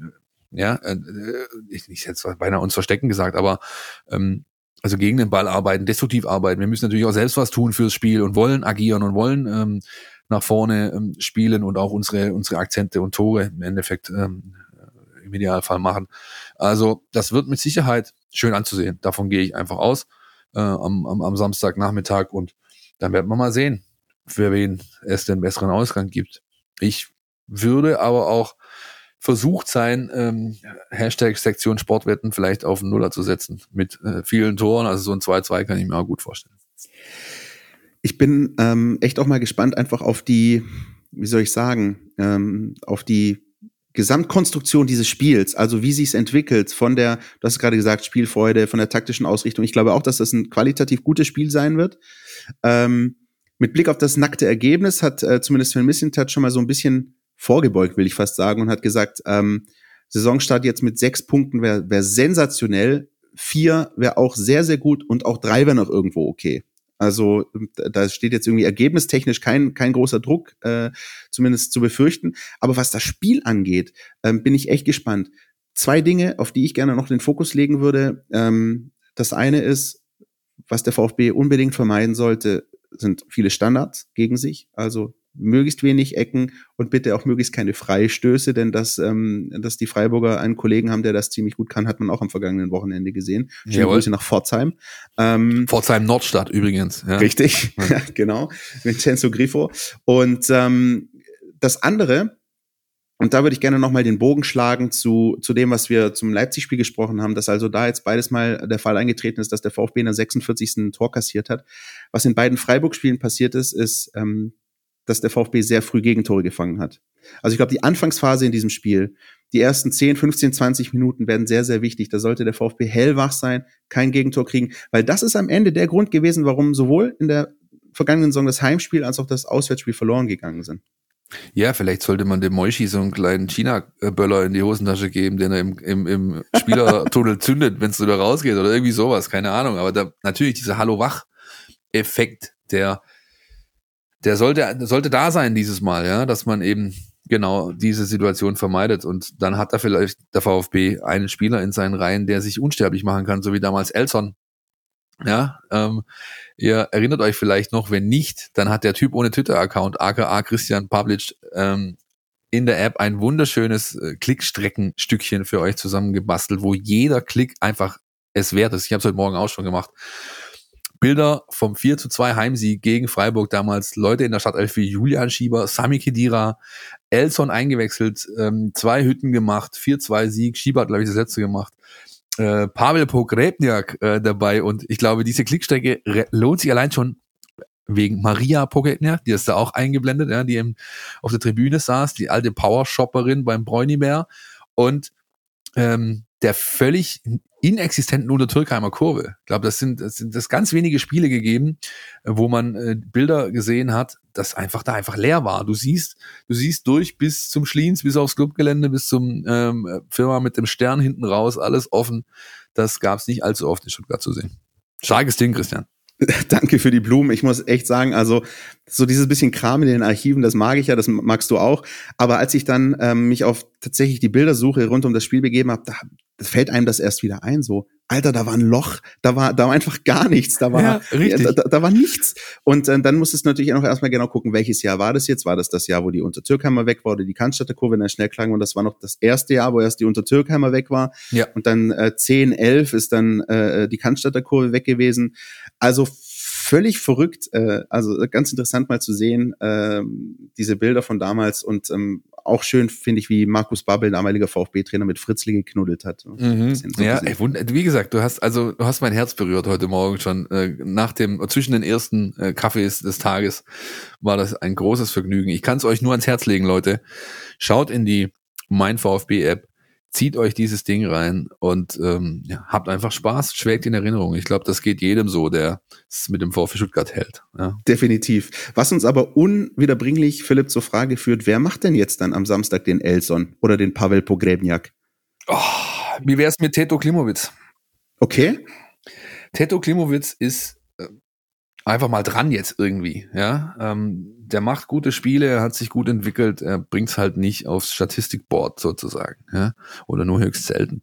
[SPEAKER 3] ich hätte es beinahe uns verstecken gesagt, aber also gegen den Ball arbeiten, destruktiv arbeiten. Wir müssen natürlich auch selbst was tun fürs Spiel und wollen agieren und wollen nach vorne spielen und auch unsere Akzente und Tore im Endeffekt im Idealfall machen. Also das wird mit Sicherheit schön anzusehen. Davon gehe ich einfach aus am Samstagnachmittag und dann werden wir mal sehen, für wen es den besseren Ausgang gibt. Ich würde aber auch versucht sein, Hashtag Sektion Sportwetten vielleicht auf den Nuller zu setzen mit vielen Toren. Also so ein 2-2 kann ich mir auch gut vorstellen.
[SPEAKER 2] Ich bin echt auch mal gespannt einfach auf die, auf die Gesamtkonstruktion dieses Spiels, also wie sich's entwickelt von der, du hast gerade gesagt, Spielfreude, von der taktischen Ausrichtung. Ich glaube auch, dass das ein qualitativ gutes Spiel sein wird. Mit Blick auf das nackte Ergebnis hat zumindest Sven Mislintat schon mal so ein bisschen vorgebeugt, will ich fast sagen, und hat gesagt, Saisonstart jetzt mit 6 Punkten wäre sensationell, 4 wäre auch sehr, sehr gut und auch 3 wäre noch irgendwo okay. Also da steht jetzt irgendwie ergebnistechnisch kein großer Druck, zumindest zu befürchten. Aber was das Spiel angeht, bin ich echt gespannt. 2 Dinge, auf die ich gerne noch den Fokus legen würde. Das eine ist, was der VfB unbedingt vermeiden sollte, sind viele Standards gegen sich. Also möglichst wenig Ecken und bitte auch möglichst keine Freistöße, denn dass die Freiburger einen Kollegen haben, der das ziemlich gut kann, hat man auch am vergangenen Wochenende gesehen. Schöne Grüße nach Pforzheim.
[SPEAKER 3] Pforzheim Nordstadt übrigens. Ja.
[SPEAKER 2] Richtig, ja, genau. Vincenzo Grifo. Und das andere, und da würde ich gerne nochmal den Bogen schlagen zu dem, was wir zum Leipzig-Spiel gesprochen haben, dass also da jetzt beides mal der Fall eingetreten ist, dass der VfB in der 46. ein Tor kassiert hat. Was in beiden Freiburg-Spielen passiert ist, dass der VfB sehr früh Gegentore gefangen hat. Also ich glaube, die Anfangsphase in diesem Spiel, die ersten 10, 15, 20 Minuten werden sehr, sehr wichtig. Da sollte der VfB hellwach sein, kein Gegentor kriegen, weil das ist am Ende der Grund gewesen, warum sowohl in der vergangenen Saison das Heimspiel als auch das Auswärtsspiel verloren gegangen sind.
[SPEAKER 3] Ja, vielleicht sollte man dem Moischi so einen kleinen China-Böller in die Hosentasche geben, den er im Spielertunnel zündet, wenn es wieder rausgeht oder irgendwie sowas, keine Ahnung. Aber natürlich dieser Hallo-Wach-Effekt, der sollte da sein dieses Mal, ja, dass man eben genau diese Situation vermeidet. Und dann hat da vielleicht der VfB einen Spieler in seinen Reihen, der sich unsterblich machen kann, so wie damals Elson. Ja, ihr erinnert euch vielleicht noch, wenn nicht, dann hat der Typ ohne Twitter-Account, aka Christian Pavlic, in der App ein wunderschönes Klickstreckenstückchen für euch zusammengebastelt, wo jeder Klick einfach es wert ist. Ich habe es heute Morgen auch schon gemacht. Bilder vom 4:2 Heimsieg gegen Freiburg damals, Leute in der Startelf wie Julian Schieber, Sami Khedira, Elson eingewechselt, 2 Hütten gemacht, 4:2 Sieg, Schieber hat, glaube ich, das letzte gemacht. Pavel Pogrebniak dabei und ich glaube, diese Klickstrecke lohnt sich allein schon wegen Maria Pogrebniak, die ist da auch eingeblendet, ja, die eben auf der Tribüne saß, die alte Powershopperin beim Bräunibär und der völlig inexistenten Untertürkheimer Kurve. Ich glaube, das sind ganz wenige Spiele gegeben, wo man Bilder gesehen hat, dass da einfach leer war. Du siehst durch bis zum Schliens, bis aufs Clubgelände, bis zum Firma mit dem Stern hinten raus, alles offen. Das gab es nicht allzu oft in Stuttgart zu sehen. Starkes Ding, Christian.
[SPEAKER 2] Danke für die Blumen. Ich muss echt sagen, also so dieses bisschen Kram in den Archiven, das mag ich ja, das magst du auch. Aber als ich dann mich auf tatsächlich die Bildersuche rund um das Spiel begeben habe, da fällt einem das erst wieder ein. So, Alter, da war ein Loch, da war einfach gar nichts, da war nichts. Und dann musstest du natürlich auch noch erstmal genau gucken, welches Jahr war das jetzt? War das Jahr, wo die Untertürkheimer weg war oder die Cannstatter Kurve in der Schnellklang? Und das war noch das erste Jahr, wo erst die Untertürkheimer weg war. Ja. Und dann 10, 11 ist dann die Cannstatter Kurve weg gewesen. Also völlig verrückt, also ganz interessant mal zu sehen, diese Bilder von damals und auch schön finde ich, wie Markus Babbel, damaliger VfB-Trainer, mit Fritzli geknuddelt hat.
[SPEAKER 3] Mhm. Ja, wie gesagt, du hast mein Herz berührt heute Morgen schon. Zwischen den ersten Kaffees des Tages war das ein großes Vergnügen. Ich kann es euch nur ans Herz legen, Leute. Schaut in die Mein VfB-App, zieht euch dieses Ding rein und habt einfach Spaß, schwelgt in Erinnerung. Ich glaube, das geht jedem so, der es mit dem VfB Stuttgart hält. Ja.
[SPEAKER 2] Definitiv. Was uns aber unwiederbringlich, Philipp, zur Frage führt, wer macht denn jetzt dann am Samstag den Elson oder den Pavel Pogrebniak?
[SPEAKER 3] Wie wär's mit Teto Klimowitz?
[SPEAKER 2] Okay.
[SPEAKER 3] Teto Klimowitz ist einfach mal dran jetzt irgendwie, ja. Der macht gute Spiele, er hat sich gut entwickelt, er bringt's halt nicht aufs Statistikboard sozusagen, ja, oder nur höchst selten.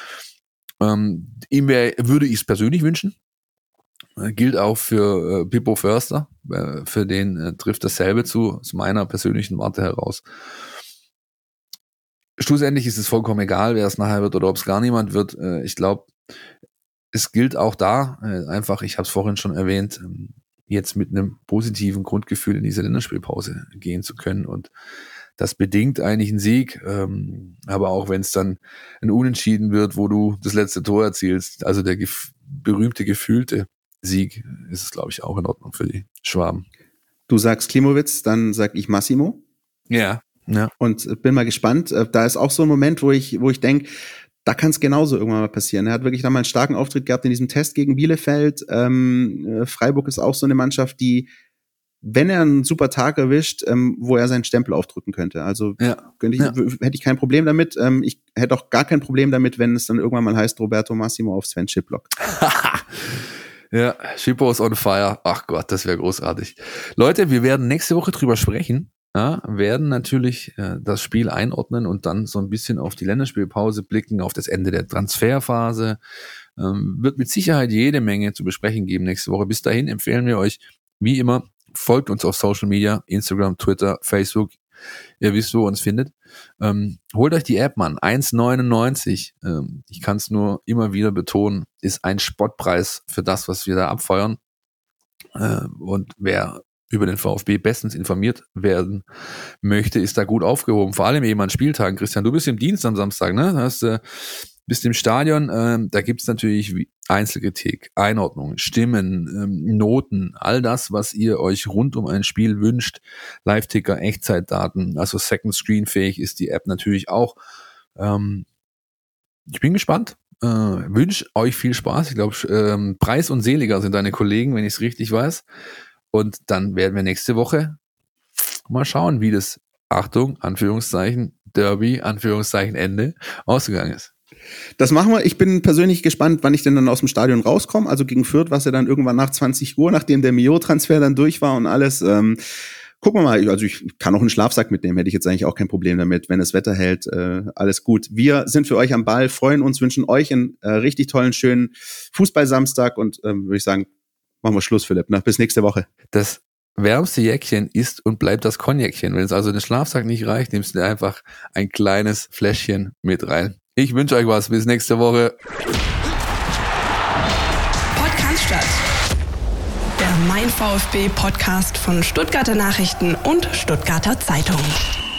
[SPEAKER 3] Ihm würde ich es persönlich wünschen. Gilt auch für Pippo Förster, für den trifft dasselbe zu, aus meiner persönlichen Warte heraus. Schlussendlich ist es vollkommen egal, wer es nachher wird oder ob es gar niemand wird. Ich glaube, es gilt auch da, einfach, ich habe es vorhin schon erwähnt, jetzt mit einem positiven Grundgefühl in diese Länderspielpause gehen zu können. Und das bedingt eigentlich einen Sieg, aber auch wenn es dann ein Unentschieden wird, wo du das letzte Tor erzielst, also der berühmte, gefühlte Sieg, ist es, glaube ich, auch in Ordnung für die Schwaben.
[SPEAKER 2] Du sagst Klimowitz, dann sag ich Massimo.
[SPEAKER 3] Ja.
[SPEAKER 2] Und bin mal gespannt. Da ist auch so ein Moment, wo ich denke, da kann es genauso irgendwann mal passieren. Er hat wirklich dann mal einen starken Auftritt gehabt in diesem Test gegen Bielefeld. Freiburg ist auch so eine Mannschaft, die, wenn er einen super Tag erwischt, wo er seinen Stempel aufdrücken könnte. Also hätte ich kein Problem damit. Ich hätte auch gar kein Problem damit, wenn es dann irgendwann mal heißt, Roberto Massimo auf Sven Schiplock.
[SPEAKER 3] Ja, Schippo ist on fire. Ach Gott, das wäre großartig. Leute, wir werden nächste Woche drüber sprechen. Ja, werden natürlich das Spiel einordnen und dann so ein bisschen auf die Länderspielpause blicken, auf das Ende der Transferphase. Wird mit Sicherheit jede Menge zu besprechen geben nächste Woche. Bis dahin empfehlen wir euch, wie immer, folgt uns auf Social Media, Instagram, Twitter, Facebook. Ihr wisst, wo ihr uns findet. Holt euch die App, Mann. 1,99. Ich kann es nur immer wieder betonen, ist ein Spottpreis für das, was wir da abfeuern. Und wer über den VfB bestens informiert werden möchte, ist da gut aufgehoben. Vor allem eben an Spieltagen. Christian, du bist im Dienst am Samstag, ne? Bist im Stadion. Da gibt's natürlich Einzelkritik, Einordnung, Stimmen, Noten, all das, was ihr euch rund um ein Spiel wünscht. Live-Ticker, Echtzeitdaten, also Second-Screen-fähig ist die App natürlich auch. Ich bin gespannt. Wünsche euch viel Spaß. Ich glaube, Preis und Seliger sind deine Kollegen, wenn ich es richtig weiß. Und dann werden wir nächste Woche mal schauen, wie das, Achtung, Anführungszeichen, Derby, Anführungszeichen, Ende, ausgegangen ist.
[SPEAKER 2] Das machen wir. Ich bin persönlich gespannt, wann ich denn dann aus dem Stadion rauskomme. Also gegen Fürth, was ja dann irgendwann nach 20 Uhr, nachdem der Mio-Transfer dann durch war und alles. Gucken wir mal. Also ich kann auch einen Schlafsack mitnehmen, hätte ich jetzt eigentlich auch kein Problem damit, wenn das Wetter hält. Alles gut. Wir sind für euch am Ball, freuen uns, wünschen euch einen richtig tollen, schönen Fußball-Samstag und würde ich sagen, machen wir Schluss, Philipp. Bis nächste Woche.
[SPEAKER 3] Das wärmste Jäckchen ist und bleibt das Cognacchen. Wenn es also den Schlafsack nicht reicht, nimmst du dir einfach ein kleines Fläschchen mit rein. Ich wünsche euch was. Bis nächste Woche.
[SPEAKER 1] Podcast statt. Der Mein VfB Podcast von Stuttgarter Nachrichten und Stuttgarter Zeitung.